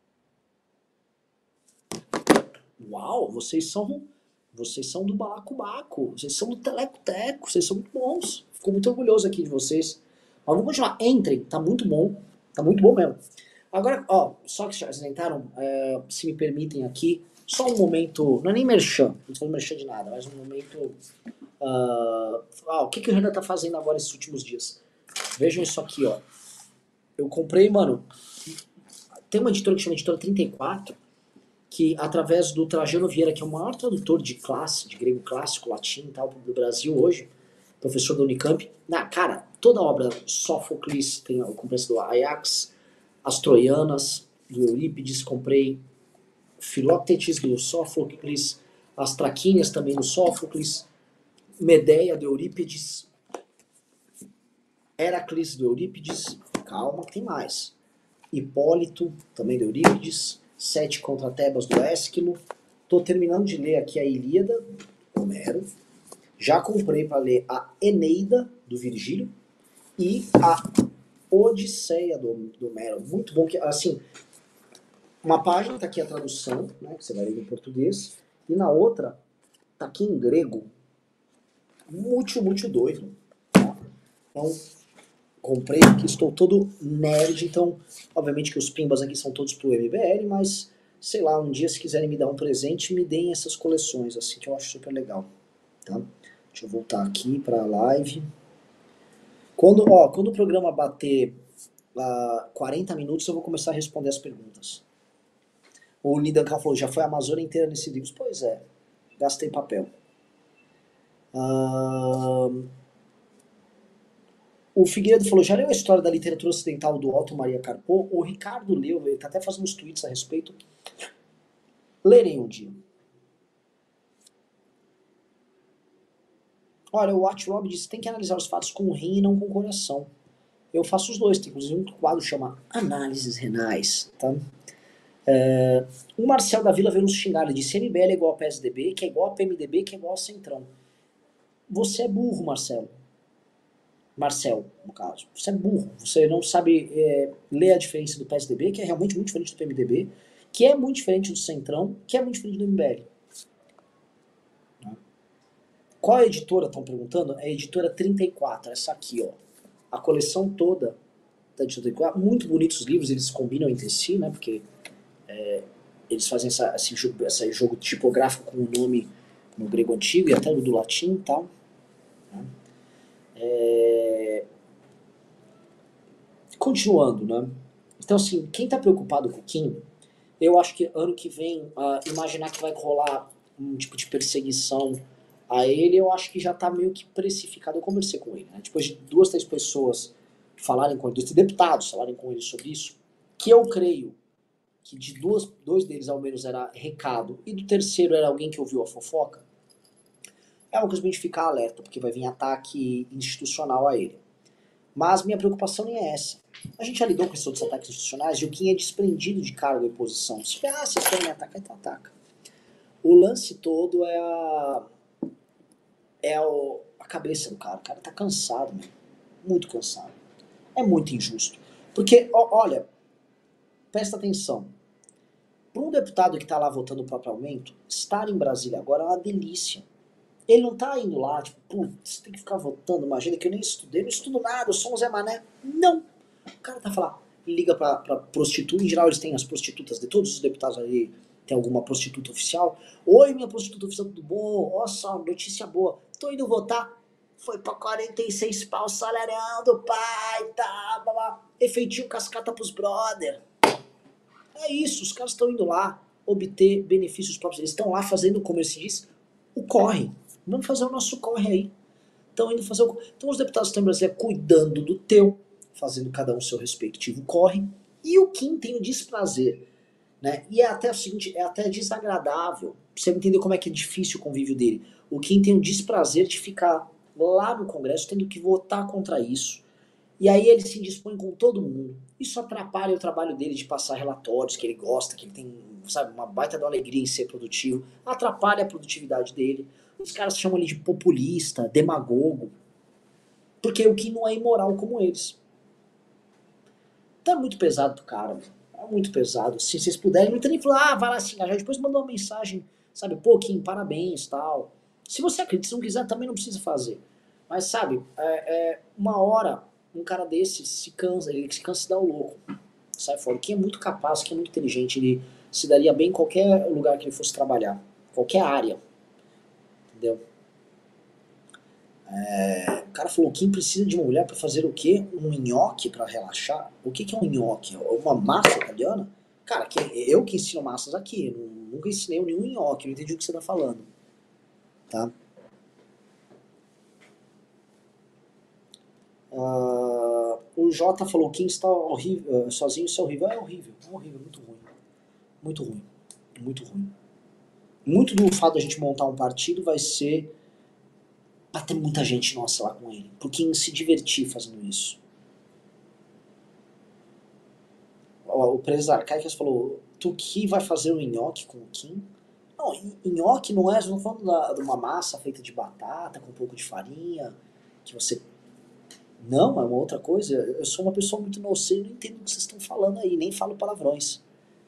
Uau! Vocês são, vocês são do balacobaco. Vocês são do teleco-teco. Vocês são muito bons. Fico muito orgulhoso aqui de vocês. Mas vamos continuar. Entrem. Tá muito bom. Tá muito bom mesmo. Agora, ó, só que vocês entraram, é, se me permitem aqui, só um momento, não é nem merchan, não tô falando merchan de nada, mas um momento, uh, ah, o que, que o Renan tá fazendo agora esses últimos dias? Vejam isso aqui, ó. Eu comprei, mano, tem uma editora que chama Editora trinta e quatro, que através do Trajano Vieira, que é o maior tradutor de classe, de grego clássico, latim e tal, do Brasil hoje, professor da Unicamp, na, cara, toda a obra, Sófocles, tem o complexo do Ajax, As Troianas, do Eurípides, comprei Filóctetes, do Sófocles, as Traquínias também do Sófocles, Medeia, do Eurípides, Heracles, do Eurípides, calma que tem mais, Hipólito, também do Eurípides, Sete contra Tebas, do Ésquilo, tô terminando de ler aqui a Ilíada, Homero, já comprei para ler a Eneida, do Virgílio, e a Odisseia do, do Homero, muito bom, que assim, uma página tá aqui a tradução, né, que você vai ler em português, e na outra tá aqui em grego, muito, muito doido. Tá? Então, comprei aqui, estou todo nerd, então, obviamente que os pimbas aqui são todos pro M B L, mas, sei lá, um dia se quiserem me dar um presente, me deem essas coleções, assim, que eu acho super legal, tá? Deixa eu voltar aqui pra live. Quando, ó, quando o programa bater uh, quarenta minutos, eu vou começar a responder as perguntas. O Lidan Cal falou, já foi a Amazônia inteira nesse livro. Pois é, gastei papel. Uh, o Figueiredo falou, já leu a história da literatura ocidental do Otto Maria Carpo? O Ricardo leu, ele tá até fazendo uns tweets a respeito. Lerei um dia. Olha, o Watch Rob disse, tem que analisar os fatos com o rim e não com o coração. Eu faço os dois, tem inclusive um quadro que chama Análises Renais, tá? Uh, o Marcel da Vila veio nos xingar, ele disse M B L é igual a P S D B, que é igual a P M D B, que é igual a Centrão. Você é burro, Marcelo. Marcel, no caso. Você é burro. Você não sabe é, ler a diferença do P S D B, que é realmente muito diferente do P M D B, que é muito diferente do Centrão, que é muito diferente do M B L. Qual é a editora, estão perguntando? É a editora trinta e quatro, essa aqui, ó. A coleção toda da editora trinta e quatro. Muito bonitos os livros, eles combinam entre si, né? Porque é, eles fazem essa, esse, jogo, esse jogo tipográfico com o nome no grego antigo e até no do latim e tal. Né? É... Continuando, né? Então, assim, quem está preocupado com o Kim, eu acho que ano que vem, uh, imaginar que vai rolar um tipo de perseguição a ele, eu acho que já está meio que precificado. Eu conversei com ele, né? Depois de duas, três pessoas falarem com ele, dois deputados falarem com ele sobre isso, que eu creio que de duas, dois deles ao menos era recado, e do terceiro era alguém que ouviu a fofoca, é uma coisa pra gente ficar alerta, porque vai vir ataque institucional a ele. Mas minha preocupação nem é essa. A gente já lidou com esses outros ataques institucionais e o Kim é desprendido de cargo e posição. Se ah, vocês querem me atacar, então ataca. O lance todo é a, é o, a cabeça do cara. O cara tá cansado, meu. Muito cansado. É muito injusto. Porque, ó, olha, presta atenção. Para um deputado que tá lá votando o próprio aumento, estar em Brasília agora é uma delícia. Ele não tá indo lá, tipo, putz, tem que ficar votando, imagina que eu nem estudei, não estudo nada, eu sou um Zé Mané. Não. O cara tá falando, liga pra, pra prostituta, em geral eles têm as prostitutas de todos os deputados ali, tem alguma prostituta oficial. Oi, minha prostituta oficial, tudo bom? Ó só, notícia boa. Tô indo votar, foi pra quarenta e seis pau salarião do pai, tá, blá, blá. Efeitinho cascata pros brother. É isso, os caras estão indo lá obter benefícios próprios, eles estão lá fazendo, como se diz, o corre. Vamos fazer o nosso corre aí. Estão indo fazer o... Então os deputados estão em Brasília cuidando do teu, fazendo cada um o seu respectivo corre, e o Kim tem o desprazer, né? E é até o seguinte, é até desagradável, pra você entender como é que é difícil o convívio dele. O Kim tem o desprazer de ficar lá no Congresso tendo que votar contra isso, e aí ele se dispõe com todo mundo. Isso atrapalha o trabalho dele de passar relatórios que ele gosta, que ele tem, sabe, uma baita de uma alegria em ser produtivo, atrapalha a produtividade dele. Os caras chamam ele de populista, demagogo, porque o Kim não é imoral como eles. Então é muito pesado pro cara, meu. É muito pesado. Se vocês puderem, não tem nem falar, ah, vai lá se engajar, depois mandou uma mensagem, sabe, pô, Kim, parabéns, tal. Se você acredita, se não quiser, também não precisa fazer. Mas, sabe, é, é, uma hora, um cara desse se cansa, ele se cansa de dar o louco. Sai fora. O Kim é muito capaz, o Kim é muito inteligente, ele se daria bem em qualquer lugar que ele fosse trabalhar, qualquer área. Entendeu? É, o cara falou, quem precisa de uma mulher para fazer o quê? Um nhoque para relaxar? O que, que é um nhoque? Uma massa italiana? Cara, que, eu que ensino massas aqui, eu nunca ensinei nenhum nhoque, não entendi o que você tá falando. Tá? Uh, o Jota falou, quem está horrível, sozinho, isso é horrível. É horrível, é horrível, muito ruim. Muito ruim, muito ruim. Muito do fato da gente montar um partido vai ser pra ter muita gente nossa lá com ele. Por quem se divertir fazendo isso. O, o Presidente Arcaicas falou, tu que vai fazer um nhoque com o Kim? Não, nhoque não é, eu não falando da, de uma massa feita de batata, com um pouco de farinha, que você... Não, é uma outra coisa. Eu sou uma pessoa muito inocente, não entendo o que vocês estão falando aí, nem falo palavrões.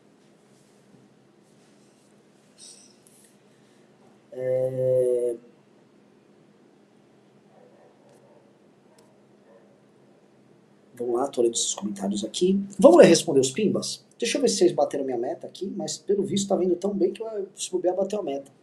É... Vamos lá, tô lendo esses comentários aqui. Vamos ler responder os pimbas? Deixa eu ver se vocês bateram minha meta aqui, mas pelo visto tá vendo tão bem que eu, se bobear, bateu a meta.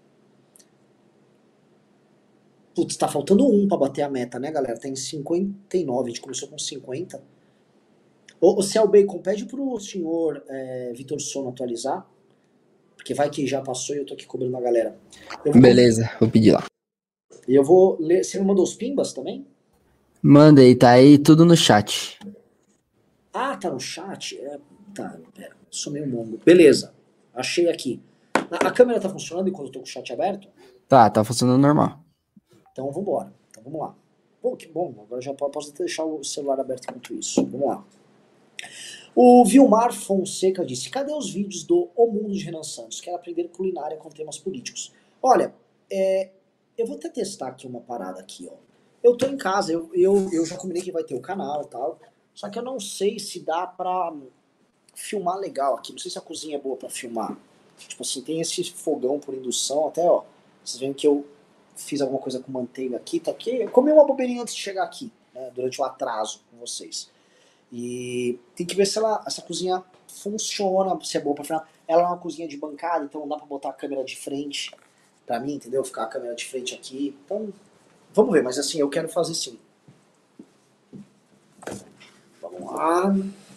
Putz, tá faltando um pra bater a meta, né, galera? Tem cinquenta e nove, a gente começou com cinquenta. Ô, ô Céu Bacon, pede pro senhor é, Vitor Sono atualizar, porque vai que já passou e eu tô aqui cobrando a galera. Eu vou... Beleza, vou pedir lá. E eu vou ler... Você me mandou os pimbas também? Manda aí, tá aí tudo no chat. Ah, tá no chat? É, tá, pera, sou meio mongo. Beleza, achei aqui. A câmera tá funcionando enquanto eu tô com o chat aberto? Tá, tá funcionando normal. Então vambora, então vamos lá. Pô, que bom, agora já posso deixar o celular aberto enquanto isso. Vamos lá. O Vilmar Fonseca disse, cadê os vídeos do O Mundo de Renan Santos? Quero aprender culinária com temas políticos. Olha, é, eu vou até testar aqui uma parada aqui, ó. Eu tô em casa, eu, eu, eu já combinei que vai ter o canal e tal, só que eu não sei se dá pra filmar legal aqui, não sei se a cozinha é boa pra filmar. Tipo assim, tem esse fogão por indução, até ó, vocês veem que eu fiz alguma coisa com manteiga aqui, tá aqui, eu comi uma bobeirinha antes de chegar aqui, né, durante o atraso com vocês. E tem que ver se ela, essa cozinha funciona, se é boa pra filmar. Ela é uma cozinha de bancada, então não dá pra botar a câmera de frente pra mim, entendeu? Ficar a câmera de frente aqui, então... Vamos ver, mas assim, eu quero fazer sim. Vamos lá.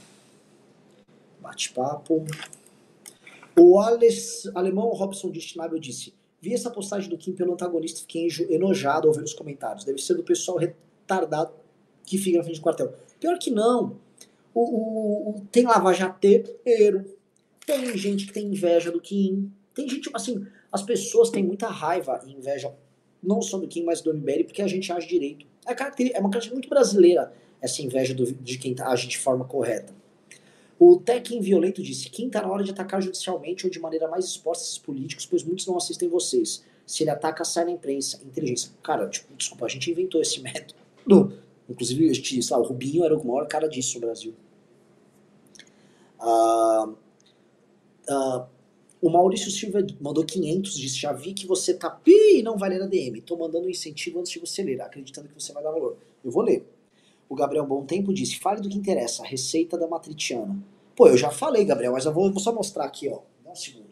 Bate-papo. O Ales, alemão Robson de Schnabel disse, vi essa postagem do Kim pelo antagonista e fiquei enojado ao ver os comentários. Deve ser do pessoal retardado que fica na frente do quartel. Pior que não. O, o, o, tem lavajateiro, Tem gente que tem inveja do Kim. Tem gente, assim, as pessoas têm muita raiva e inveja, não só do Kim, mas do M B L, porque a gente age direito. É, caracter- é uma característica muito brasileira essa inveja do- de quem tá- age de forma correta. O Tekken Violento disse: Kim tá na hora de atacar judicialmente ou de maneira mais exposta esses políticos, pois muitos não assistem vocês. Se ele ataca, sai na imprensa. Inteligência. Cara, tipo, desculpa, a gente inventou esse método. Inclusive, a gente, sei lá, o Rubinho era o maior cara disso no Brasil. Ah, ah, o Maurício Silva mandou quinhentos, disse: já vi que você tá pi e não vai ler a D M. Tô mandando um incentivo antes de você ler, acreditando que você vai dar valor. Eu vou ler. O Gabriel Bom Tempo disse: fale do que interessa, a receita da matriciana. Pô, eu já falei, Gabriel, mas eu vou, vou só mostrar aqui, ó. Dá um segundo.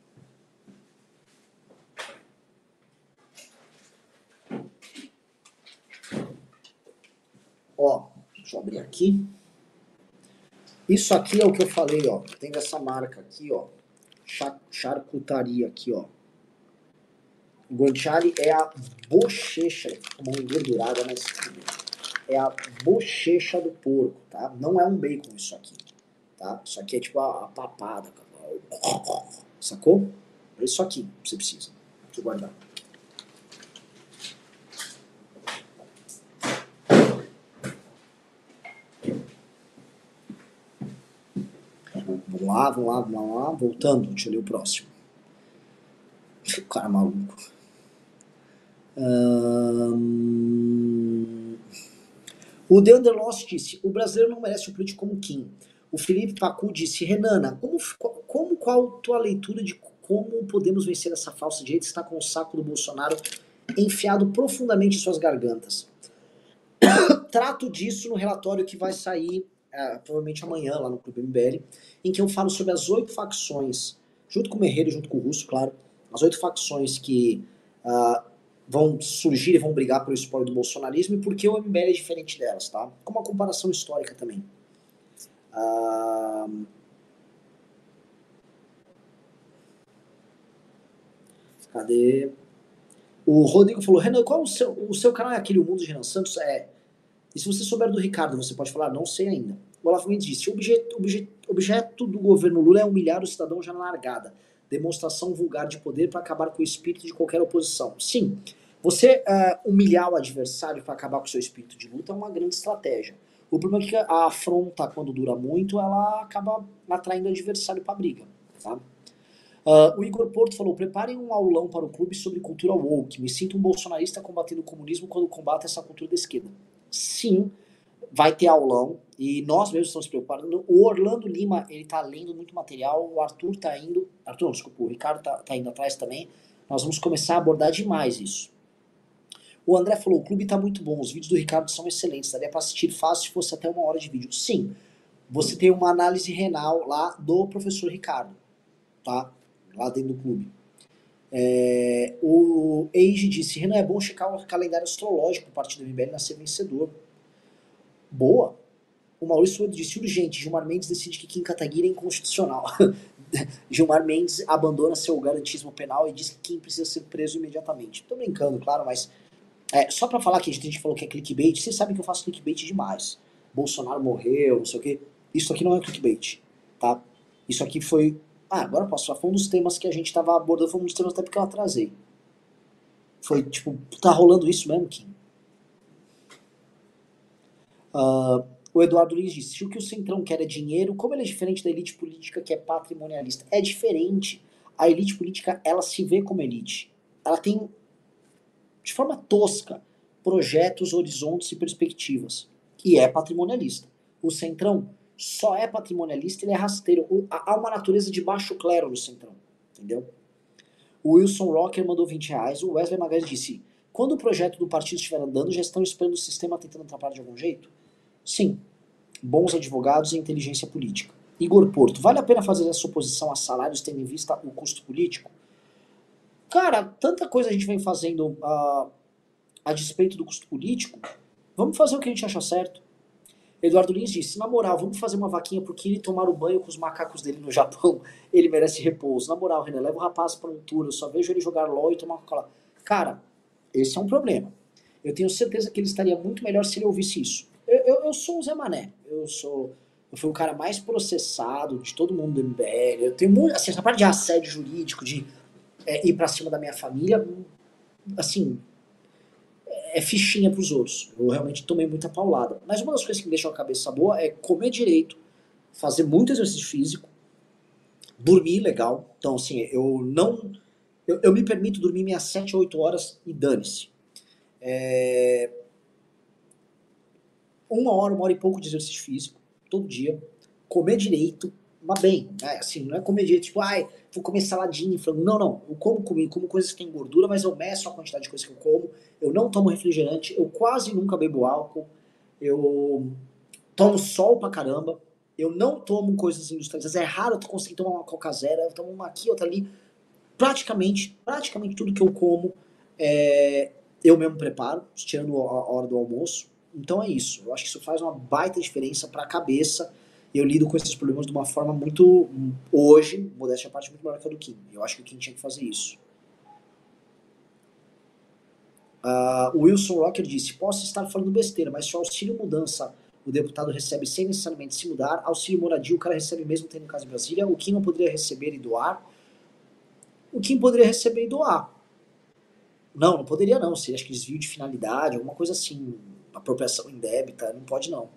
Ó, deixa eu abrir aqui. Isso aqui é o que eu falei, ó. Tem essa marca aqui, ó. Charcutaria aqui, ó. O guanciale é a bochecha, uma engordurada, mas é a bochecha do porco, tá? Não é um bacon isso aqui, tá? Isso aqui é tipo a, a papada, sacou? É isso aqui que você precisa. Deixa eu guardar. Vamos lá, vamos lá, vamos lá. Voltando, deixa eu ler o próximo. O cara maluco. Hum... O The Underlost disse: o brasileiro não merece um político como Kim. O Felipe Pacu disse: Renana, como, como qual tua leitura de como podemos vencer essa falsa direita está com o saco do Bolsonaro enfiado profundamente em suas gargantas? Trato disso no relatório que vai sair uh, provavelmente amanhã lá no Clube M B L, em que eu falo sobre as oito facções, junto com o Merreiro e junto com o Russo, claro, as oito facções que uh, vão surgir e vão brigar pelo espólio do bolsonarismo e por que o M B L é diferente delas, tá? Com uma comparação histórica também. Uh... Cadê? O Rodrigo falou: Renan, qual o seu, o seu canal é aquele O Mundo de Renan Santos? É. E se você souber do Ricardo, você pode falar: não sei ainda. O Olavo Mendes disse: o objeto, objeto, objeto do governo Lula é humilhar o cidadão já na largada. Demonstração vulgar de poder para acabar com o espírito de qualquer oposição. Sim, você uh, humilhar o adversário para acabar com o seu espírito de luta é uma grande estratégia. O problema é que a afronta, quando dura muito, ela acaba atraindo o adversário para briga. Tá? Uh, o Igor Porto falou: preparem um aulão para o clube sobre cultura woke. Me sinto um bolsonarista combatendo o comunismo quando combate essa cultura da esquerda. Sim, vai ter aulão e nós mesmos estamos se preocupando. O Orlando Lima, ele tá lendo muito material, o Arthur tá indo, Arthur não, desculpa, o Ricardo tá, tá indo atrás também. Nós vamos começar a abordar demais isso. O André falou: o clube tá muito bom, os vídeos do Ricardo são excelentes, daria para assistir fácil se fosse até uma hora de vídeo. Sim, você tem uma análise renal lá do professor Ricardo, tá? Lá dentro do clube. É, o Eiji disse: Renan, é bom checar o calendário astrológico do partido M B L nascer vencedor. Boa. O Maurício disse: urgente, Gilmar Mendes decide que Kim Kataguiri é inconstitucional. Gilmar Mendes abandona seu garantismo penal e diz que Kim precisa ser preso imediatamente. Tô brincando, claro, mas é, só pra falar que a gente falou que é clickbait, vocês sabem que eu faço clickbait demais. Bolsonaro morreu, não sei o quê. Isso aqui não é clickbait, tá? Isso aqui foi... Ah, agora eu posso falar. Foi um dos temas que a gente tava abordando, foi um dos temas até porque eu atrasei. Foi tipo, tá rolando isso mesmo, Kim? Uh, o Eduardo Lins disse: se o que o Centrão quer é dinheiro, como ele é diferente da elite política que é patrimonialista? É diferente. A elite política, ela se vê como elite. Ela tem, de forma tosca, projetos, horizontes e perspectivas. E é patrimonialista. O Centrão só é patrimonialista, ele é rasteiro. Há uma natureza de baixo clero no Centrão. Entendeu? O Wilson Rocker mandou vinte reais. O Wesley Magalhães disse: quando o projeto do partido estiver andando, já estão esperando o sistema tentando atrapalhar de algum jeito? Sim, bons advogados e inteligência política. Igor Porto: vale a pena fazer essa oposição a salários tendo em vista o custo político? Cara, tanta coisa a gente vem fazendo uh, a despeito do custo político. Vamos fazer o que a gente acha certo. Eduardo Lins disse: na moral, vamos fazer uma vaquinha porque ele tomar o banho com os macacos dele no Japão, ele merece repouso. Na moral, Renan, leva o rapaz para um tour, eu só vejo ele jogar LOL e tomar Coca-Cola. Cara, esse é um problema. Eu tenho certeza que ele estaria muito melhor se ele ouvisse isso. Eu, eu, eu sou o Zé Mané. Eu sou. Eu fui o cara mais processado de todo mundo do M B L. Eu tenho muito, assim, essa parte de assédio jurídico, de é, ir pra cima da minha família, assim, é fichinha pros outros. Eu realmente tomei muita paulada. Mas uma das coisas que me deixam a cabeça boa é comer direito, fazer muito exercício físico, dormir legal. Então, assim, eu não. Eu, eu me permito dormir minhas sete, oito horas e dane-se. É, uma hora, uma hora e pouco de exercício físico, todo dia. Comer direito, mas bem, né? Assim, não é comer direito, tipo, ai, vou comer saladinha, frango. Não, não. Eu como comigo, como coisas que têm gordura, mas eu meço a quantidade de coisas que eu como. Eu não tomo refrigerante, eu quase nunca bebo álcool. Eu tomo sol pra caramba. Eu não tomo coisas industrializadas. É raro eu conseguir tomar uma Coca Zero. Eu tomo uma aqui, outra ali. Praticamente, praticamente tudo que eu como, é, eu mesmo preparo, tirando a hora do almoço. Então é isso. Eu acho que isso faz uma baita diferença para a cabeça. Eu lido com esses problemas de uma forma muito, hoje, modéstia à parte, muito maior que a do Kim. Eu acho que o Kim tinha que fazer isso. Uh, o Wilson Rocker disse: posso estar falando besteira, mas se o auxílio mudança o deputado recebe sem necessariamente se mudar, auxílio moradia o cara recebe mesmo tendo casa em Brasília, o Kim não poderia receber e doar? O Kim poderia receber e doar. Não, não poderia não. Seria, acho que desvio de finalidade, alguma coisa assim. Apropriação indébita, não pode não.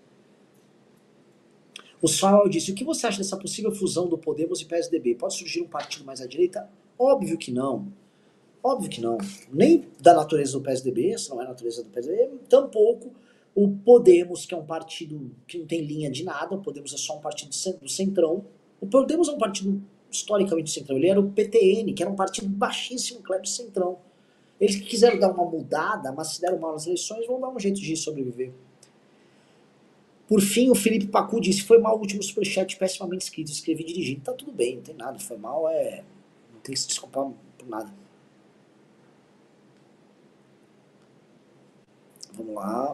O Samuel disse: o que você acha dessa possível fusão do Podemos e P S D B? Pode surgir um partido mais à direita? Óbvio que não. Óbvio que não. Nem da natureza do P S D B, essa não é a natureza do P S D B, tampouco o Podemos, que é um partido que não tem linha de nada. O Podemos é só um partido do centrão. O Podemos é um partido historicamente centrão. Ele era o P T N, que era um partido baixíssimo, claro, de centrão. Eles que quiseram dar uma mudada, mas se deram mal nas eleições, vão dar um jeito de sobreviver. Por fim, o Felipe Pacu disse: foi mal o último superchat pessimamente escrito, escrevi dirigindo. Tá tudo bem, não tem nada, foi mal, é... não tem que se desculpar por nada. Vamos lá.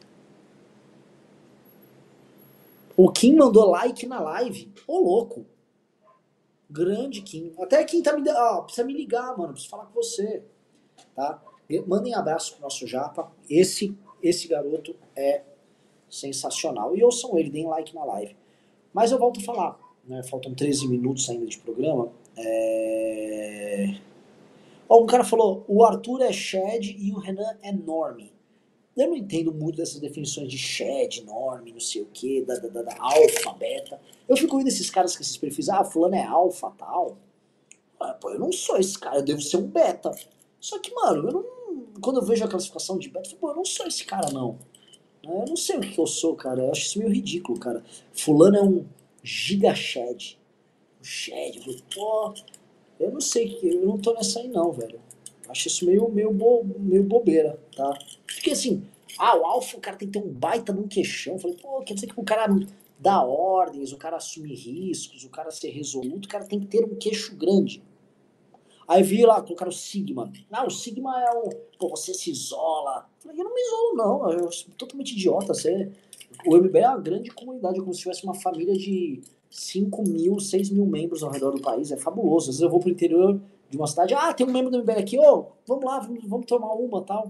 O Kim mandou like na live. Ô, louco. Grande Kim. Até Kim tá me... Ah, precisa me ligar, mano, preciso falar com você. Tá? Mandem abraço pro nosso Japa. Esse, esse garoto é sensacional. E ouçam ele, deem like na live. Mas eu volto a falar, né? Faltam treze minutos ainda de programa. É... Ó, um cara falou: o Arthur é Shed e o Renan é Norme. Eu não entendo muito dessas definições de Shed, Norme, não sei o que, da, da, da alfa, beta. Eu fico ouvindo esses caras com esses perfis: ah, fulano é alfa, tal. Ah, pô, eu não sou esse cara, eu devo ser um beta. Só que, mano, eu não... quando eu vejo a classificação de beta, eu falo: pô, eu não sou esse cara, não. Eu não sei o que eu sou, cara. Eu acho isso meio ridículo, cara. Fulano é um giga shed. Um shed. Eu falei, pô, eu não sei, eu não tô nessa aí não, velho. Acho isso meio, meio, bo, meio bobeira, tá? Porque assim, ah, o alfa, o cara tem que ter um baita num queixão. Eu falei, pô, quer dizer que o cara dá ordens, o cara assume riscos, o cara ser resoluto, o cara tem que ter um queixo grande. Aí vi lá, colocaram o Sigma. Ah, o Sigma é o... Pô, você se isola. Eu falei, eu não me isolo, não. Eu sou totalmente idiota. Você... O M B é uma grande comunidade, é como se tivesse uma família de cinco mil, seis mil membros ao redor do país. É fabuloso. Às vezes eu vou pro interior de uma cidade, ah, tem um membro do M B L aqui, ô, oh, vamos lá, vamos, vamos tomar uma e tal.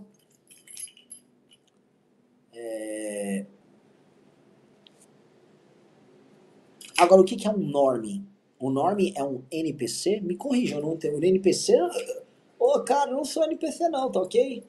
É... Agora, o que, que é um normie? O normie é um N P C? Me corrija, eu não entendo. O N P C... Ô, oh, cara, eu não sou N P C não, tá ok?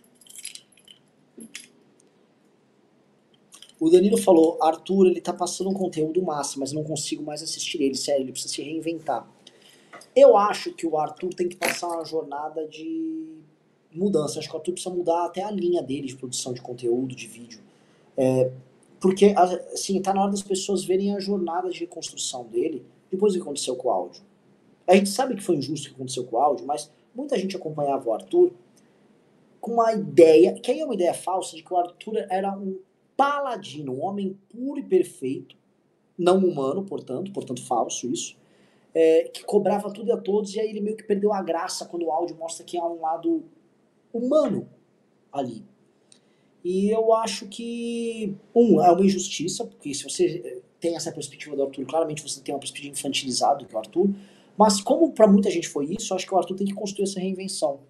O Danilo falou: Arthur, ele tá passando um conteúdo massa, mas eu não consigo mais assistir ele, sério, ele precisa se reinventar. Eu acho que o Arthur tem que passar uma jornada de mudança. Acho que o Arthur precisa mudar até a linha dele de produção de conteúdo, de vídeo. É, porque, assim, tá na hora das pessoas verem a jornada de reconstrução dele depois do que aconteceu com o áudio. A gente sabe que foi injusto o que aconteceu com o áudio, mas muita gente acompanhava o Arthur com uma ideia, que aí é uma ideia falsa, de que o Arthur era um paladino, um homem puro e perfeito, não humano, portanto, portanto falso isso, é, que cobrava tudo e a todos, e aí ele meio que perdeu a graça quando o áudio mostra que há um lado humano ali. E eu acho que, um, é uma injustiça, porque se você tem essa perspectiva do Arthur, claramente você tem uma perspectiva infantilizada do que o Arthur, mas como pra muita gente foi isso, eu acho que o Arthur tem que construir essa reinvenção.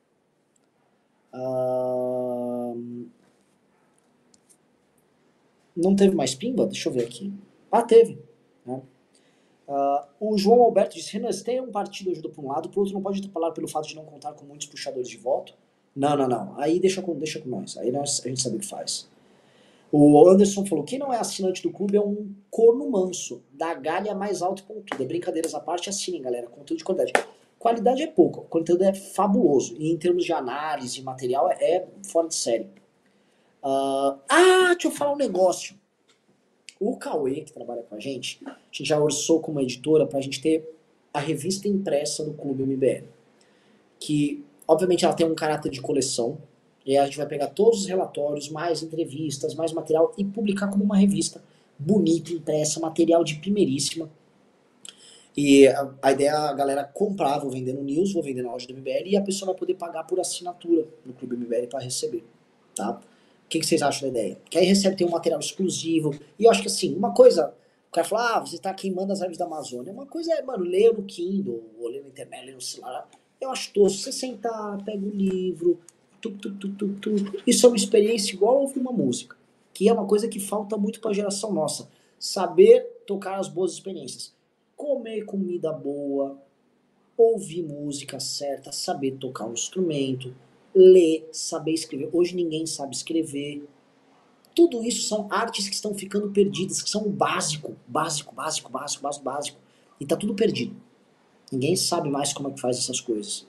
Uh... Não teve mais pimba? Deixa eu ver aqui. Ah, teve. Né? Uh, o João Alberto disse, Renan, se tem um partido ajuda para um lado, para o outro não pode falar pelo fato de não contar com muitos puxadores de voto. Não, não, não. Aí deixa com, deixa com nós. Aí nós, a gente sabe o que faz. O Anderson falou, quem não é assinante do clube é um corno manso, da galha mais alto e pontuda. Brincadeiras à parte, assinem, galera. Conteúdo de qualidade. Qualidade é pouco, o conteúdo é fabuloso. E em termos de análise, material, é, é fora de série. Uh, ah, deixa eu falar um negócio. O Cauê, que trabalha com a gente, a gente já orçou com uma editora pra gente ter a revista impressa do Clube M B L. Que, obviamente, ela tem um caráter de coleção. E aí a gente vai pegar todos os relatórios, mais entrevistas, mais material e publicar como uma revista bonita, impressa, material de primeiríssima. E a, a ideia é a galera comprar, vou vender no News, vou vender na loja do M B L e a pessoa vai poder pagar por assinatura no Clube M B L para receber, tá? O que, que vocês acham da ideia? Que aí recebe, tem um material exclusivo. E eu acho que assim, uma coisa, o cara fala, ah, você tá queimando as árvores da Amazônia. Uma coisa é, mano, ler no Kindle, ou ler na internet, ler no celular. Eu acho tosco. Você sentar, pega o livro, tu, tu, tu, tu, tu. Isso é uma experiência igual a ouvir uma música. Que é uma coisa que falta muito pra geração nossa. Saber tocar as boas experiências. Comer comida boa, ouvir música certa, saber tocar um instrumento, ler, saber escrever. Hoje ninguém sabe escrever. Tudo isso são artes que estão ficando perdidas, que são o básico, básico, básico, básico, básico, básico. E tá tudo perdido. Ninguém sabe mais como é que faz essas coisas.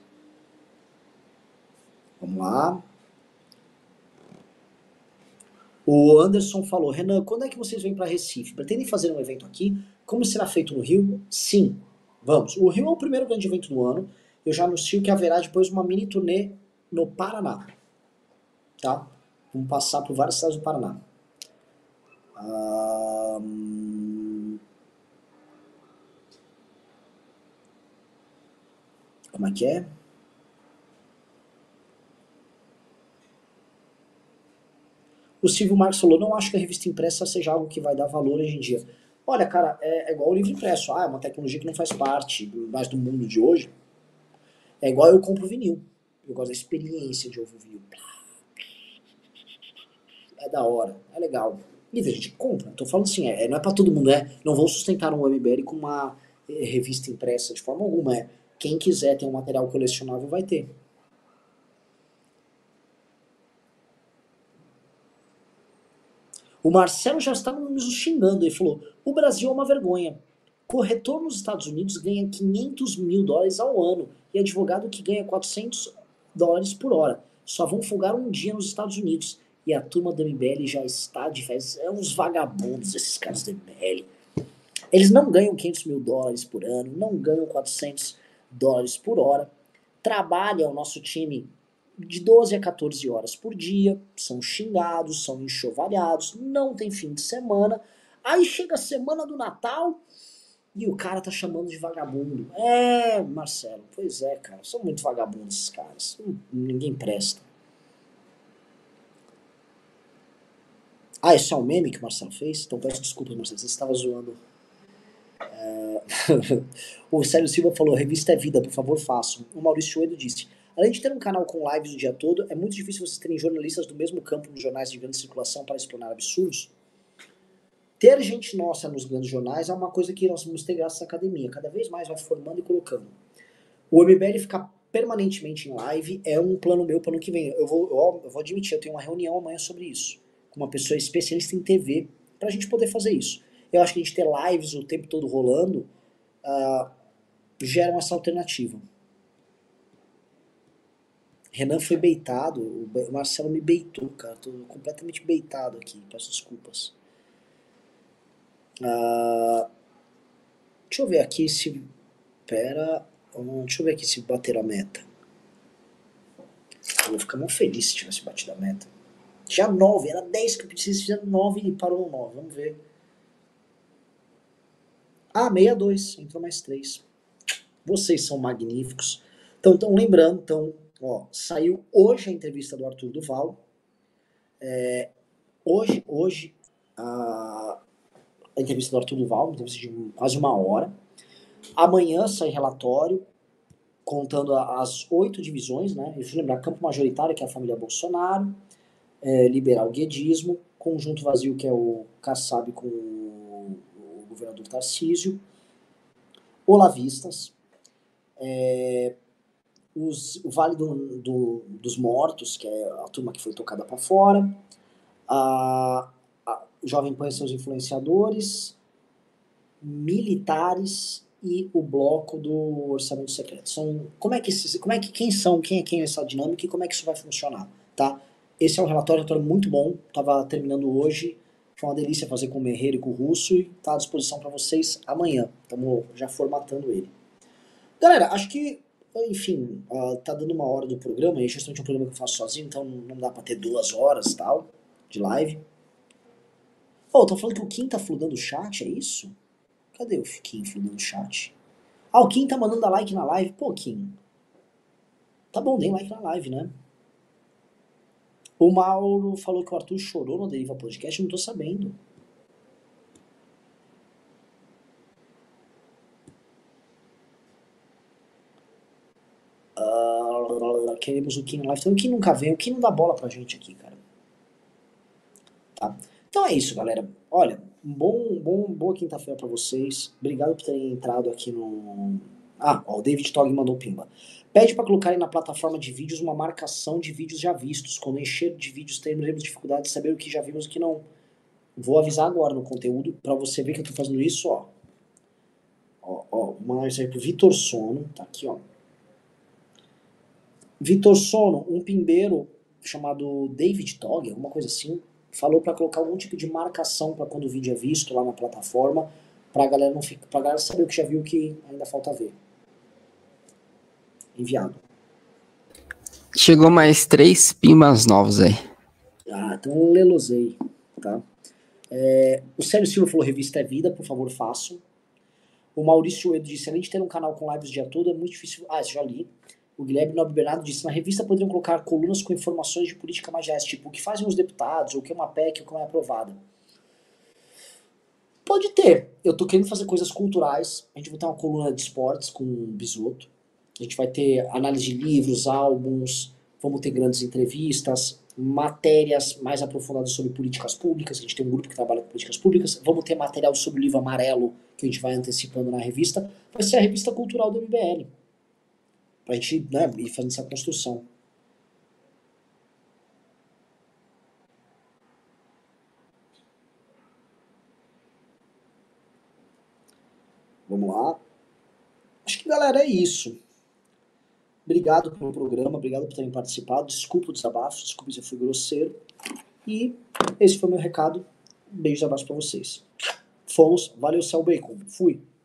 Vamos lá. O Anderson falou, Renan, quando é que vocês vêm para Recife? Pretendem fazer um evento aqui? Como será feito no Rio? Sim, vamos. O Rio é o primeiro grande evento do ano. Eu já anuncio que haverá depois uma mini turnê no Paraná. Tá? Vamos passar por várias cidades do Paraná. Um... Como é que é? O Silvio Marques falou, não acho que a revista impressa seja algo que vai dar valor hoje em dia. Olha, cara, é, é igual o livro impresso. Ah, é uma tecnologia que não faz parte mais do mundo de hoje. É igual eu compro vinil. Eu gosto da experiência de ouvir o vinil. É da hora, é legal. E a gente compra. Tô falando assim, é, não é pra todo mundo, é. Não vou sustentar um M B L com uma é, revista impressa de forma alguma. É. Quem quiser ter um material colecionável vai ter. O Marcelo já estava nos xingando. Ele falou, o Brasil é uma vergonha. Corretor nos Estados Unidos ganha quinhentos mil dólares ao ano e advogado que ganha quatrocentos dólares por hora. Só vão folgar um dia nos Estados Unidos. E a turma do M B L já está de férias. É uns vagabundos esses caras do M B L. Eles não ganham quinhentos mil dólares por ano, não ganham quatrocentos dólares por hora. Trabalham o nosso time de doze a quatorze horas por dia, são xingados, são enxovalhados, não tem fim de semana. Aí chega a semana do Natal e o cara tá chamando de vagabundo. É, Marcelo, pois é, cara, são muito vagabundos esses caras. Hum, ninguém presta. Ah, isso é um meme que o Marcelo fez? Então peço desculpas, Marcelo, você estava zoando. É... o Sérgio Silva falou, revista é vida, por favor façam. O Maurício Oedo disse, além de ter um canal com lives o dia todo, é muito difícil vocês terem jornalistas do mesmo campo nos jornais de grande circulação para explanar absurdos. Ter gente nossa nos grandes jornais é uma coisa que nós vamos ter graças à academia. Cada vez mais vai formando e colocando. O M B L ficar permanentemente em live é um plano meu para o ano que vem. Eu vou, eu, eu vou admitir, eu tenho uma reunião amanhã sobre isso. Com uma pessoa especialista em T V, para a gente poder fazer isso. Eu acho que a gente ter lives o tempo todo rolando uh, gera essa alternativa. Renan foi beitado, o Marcelo me beitou, cara. Tô completamente beitado aqui, peço desculpas. Uh, deixa eu ver aqui se... Pera... Um, deixa eu ver aqui se bater a meta. Eu vou ficar muito feliz se tivesse batido a meta. Já nove, era dez que eu preciso, fizeram nove e parou no nove, vamos ver. Ah, sessenta e dois, entrou mais três. Vocês são magníficos. Então, então lembrando, então, ó, saiu hoje a entrevista do Arthur Duval. É, hoje, hoje, a, a entrevista do Arthur Duval, uma entrevista de quase uma hora. Amanhã sai relatório contando as oito divisões, né? Deixa eu lembrar, campo majoritário, que é a família Bolsonaro. é, liberal guedismo, conjunto vazio, que é o Kassab com o, o governador Tarcísio, olavistas, é, os, o Vale do, do, dos Mortos, que é a turma que foi tocada para fora, a, a Jovem Pan e seus influenciadores, militares e o bloco do orçamento secreto. São, como é que esses, como é que quem são, quem é quem essa dinâmica e como é que isso vai funcionar, tá? Esse é um relatório, um relatório muito bom, tava terminando hoje, foi uma delícia fazer com o Merreiro e com o Russo e tá à disposição para vocês amanhã. Estamos já formatando ele. Galera, acho que, enfim, uh, tá dando uma hora do programa, e justamente é um programa que eu faço sozinho, então não dá pra ter duas horas tal, de live. Pô, oh, tô falando que o Kim tá fludando o chat, é isso? Cadê o Kim fludando o chat? Ah, o Kim tá mandando like na live. Pô, Kim. Tá bom, dei like na live, né? O Mauro falou que o Arthur chorou no Deriva Podcast, eu não tô sabendo. Uh, queremos o Kim na live. Então, o Kim nunca vem, o Kim não dá bola pra gente aqui, cara. Tá? Então é isso, galera. Olha, um bom, bom, boa quinta-feira pra vocês. Obrigado por terem entrado aqui no... Ah, ó, o David Tog mandou pimba. Pede para colocarem na plataforma de vídeos uma marcação de vídeos já vistos. Quando encher de vídeos, teremos dificuldade de saber o que já vimos e o que não. Vou avisar agora no conteúdo para você ver que eu tô fazendo isso, ó. Ó, ó, vou mandar isso aí pro Vitor Sono. Tá aqui, ó. Vitor Sono, um pimbeiro chamado David Tog, alguma coisa assim, falou para colocar algum tipo de marcação para quando o vídeo é visto lá na plataforma, pra galera não ficar, pra galera saber o que já viu, que ainda falta ver. Enviado. Chegou mais três pimbas novos aí. Ah, então lelosei, tá? É, o Sérgio Silva falou, revista é vida, por favor, façam. O Maurício Edo disse, além de ter um canal com lives o dia todo, é muito difícil... Ah, isso já li. O Guilherme Nobre Bernardo disse, na revista poderiam colocar colunas com informações de política mais gerais, tipo, o que fazem os deputados, ou o que é uma P E C, ou como é aprovada. Pode ter. Eu tô querendo fazer coisas culturais. A gente vai ter uma coluna de esportes com o Bisotto. A gente vai ter análise de livros, álbuns, vamos ter grandes entrevistas, matérias mais aprofundadas sobre políticas públicas. A gente tem um grupo que trabalha com políticas públicas. Vamos ter material sobre o livro amarelo, que a gente vai antecipando na revista. Vai ser a revista cultural do M B L. Pra gente, né, ir fazendo essa construção. Vamos lá. Acho que, galera, é isso. Obrigado pelo programa, obrigado por terem participado. Desculpa o desabafo, desculpa se eu fui grosseiro. E esse foi o meu recado. Um beijo e abraço pra vocês. Fomos. Valeu, Céu Bacon. Fui.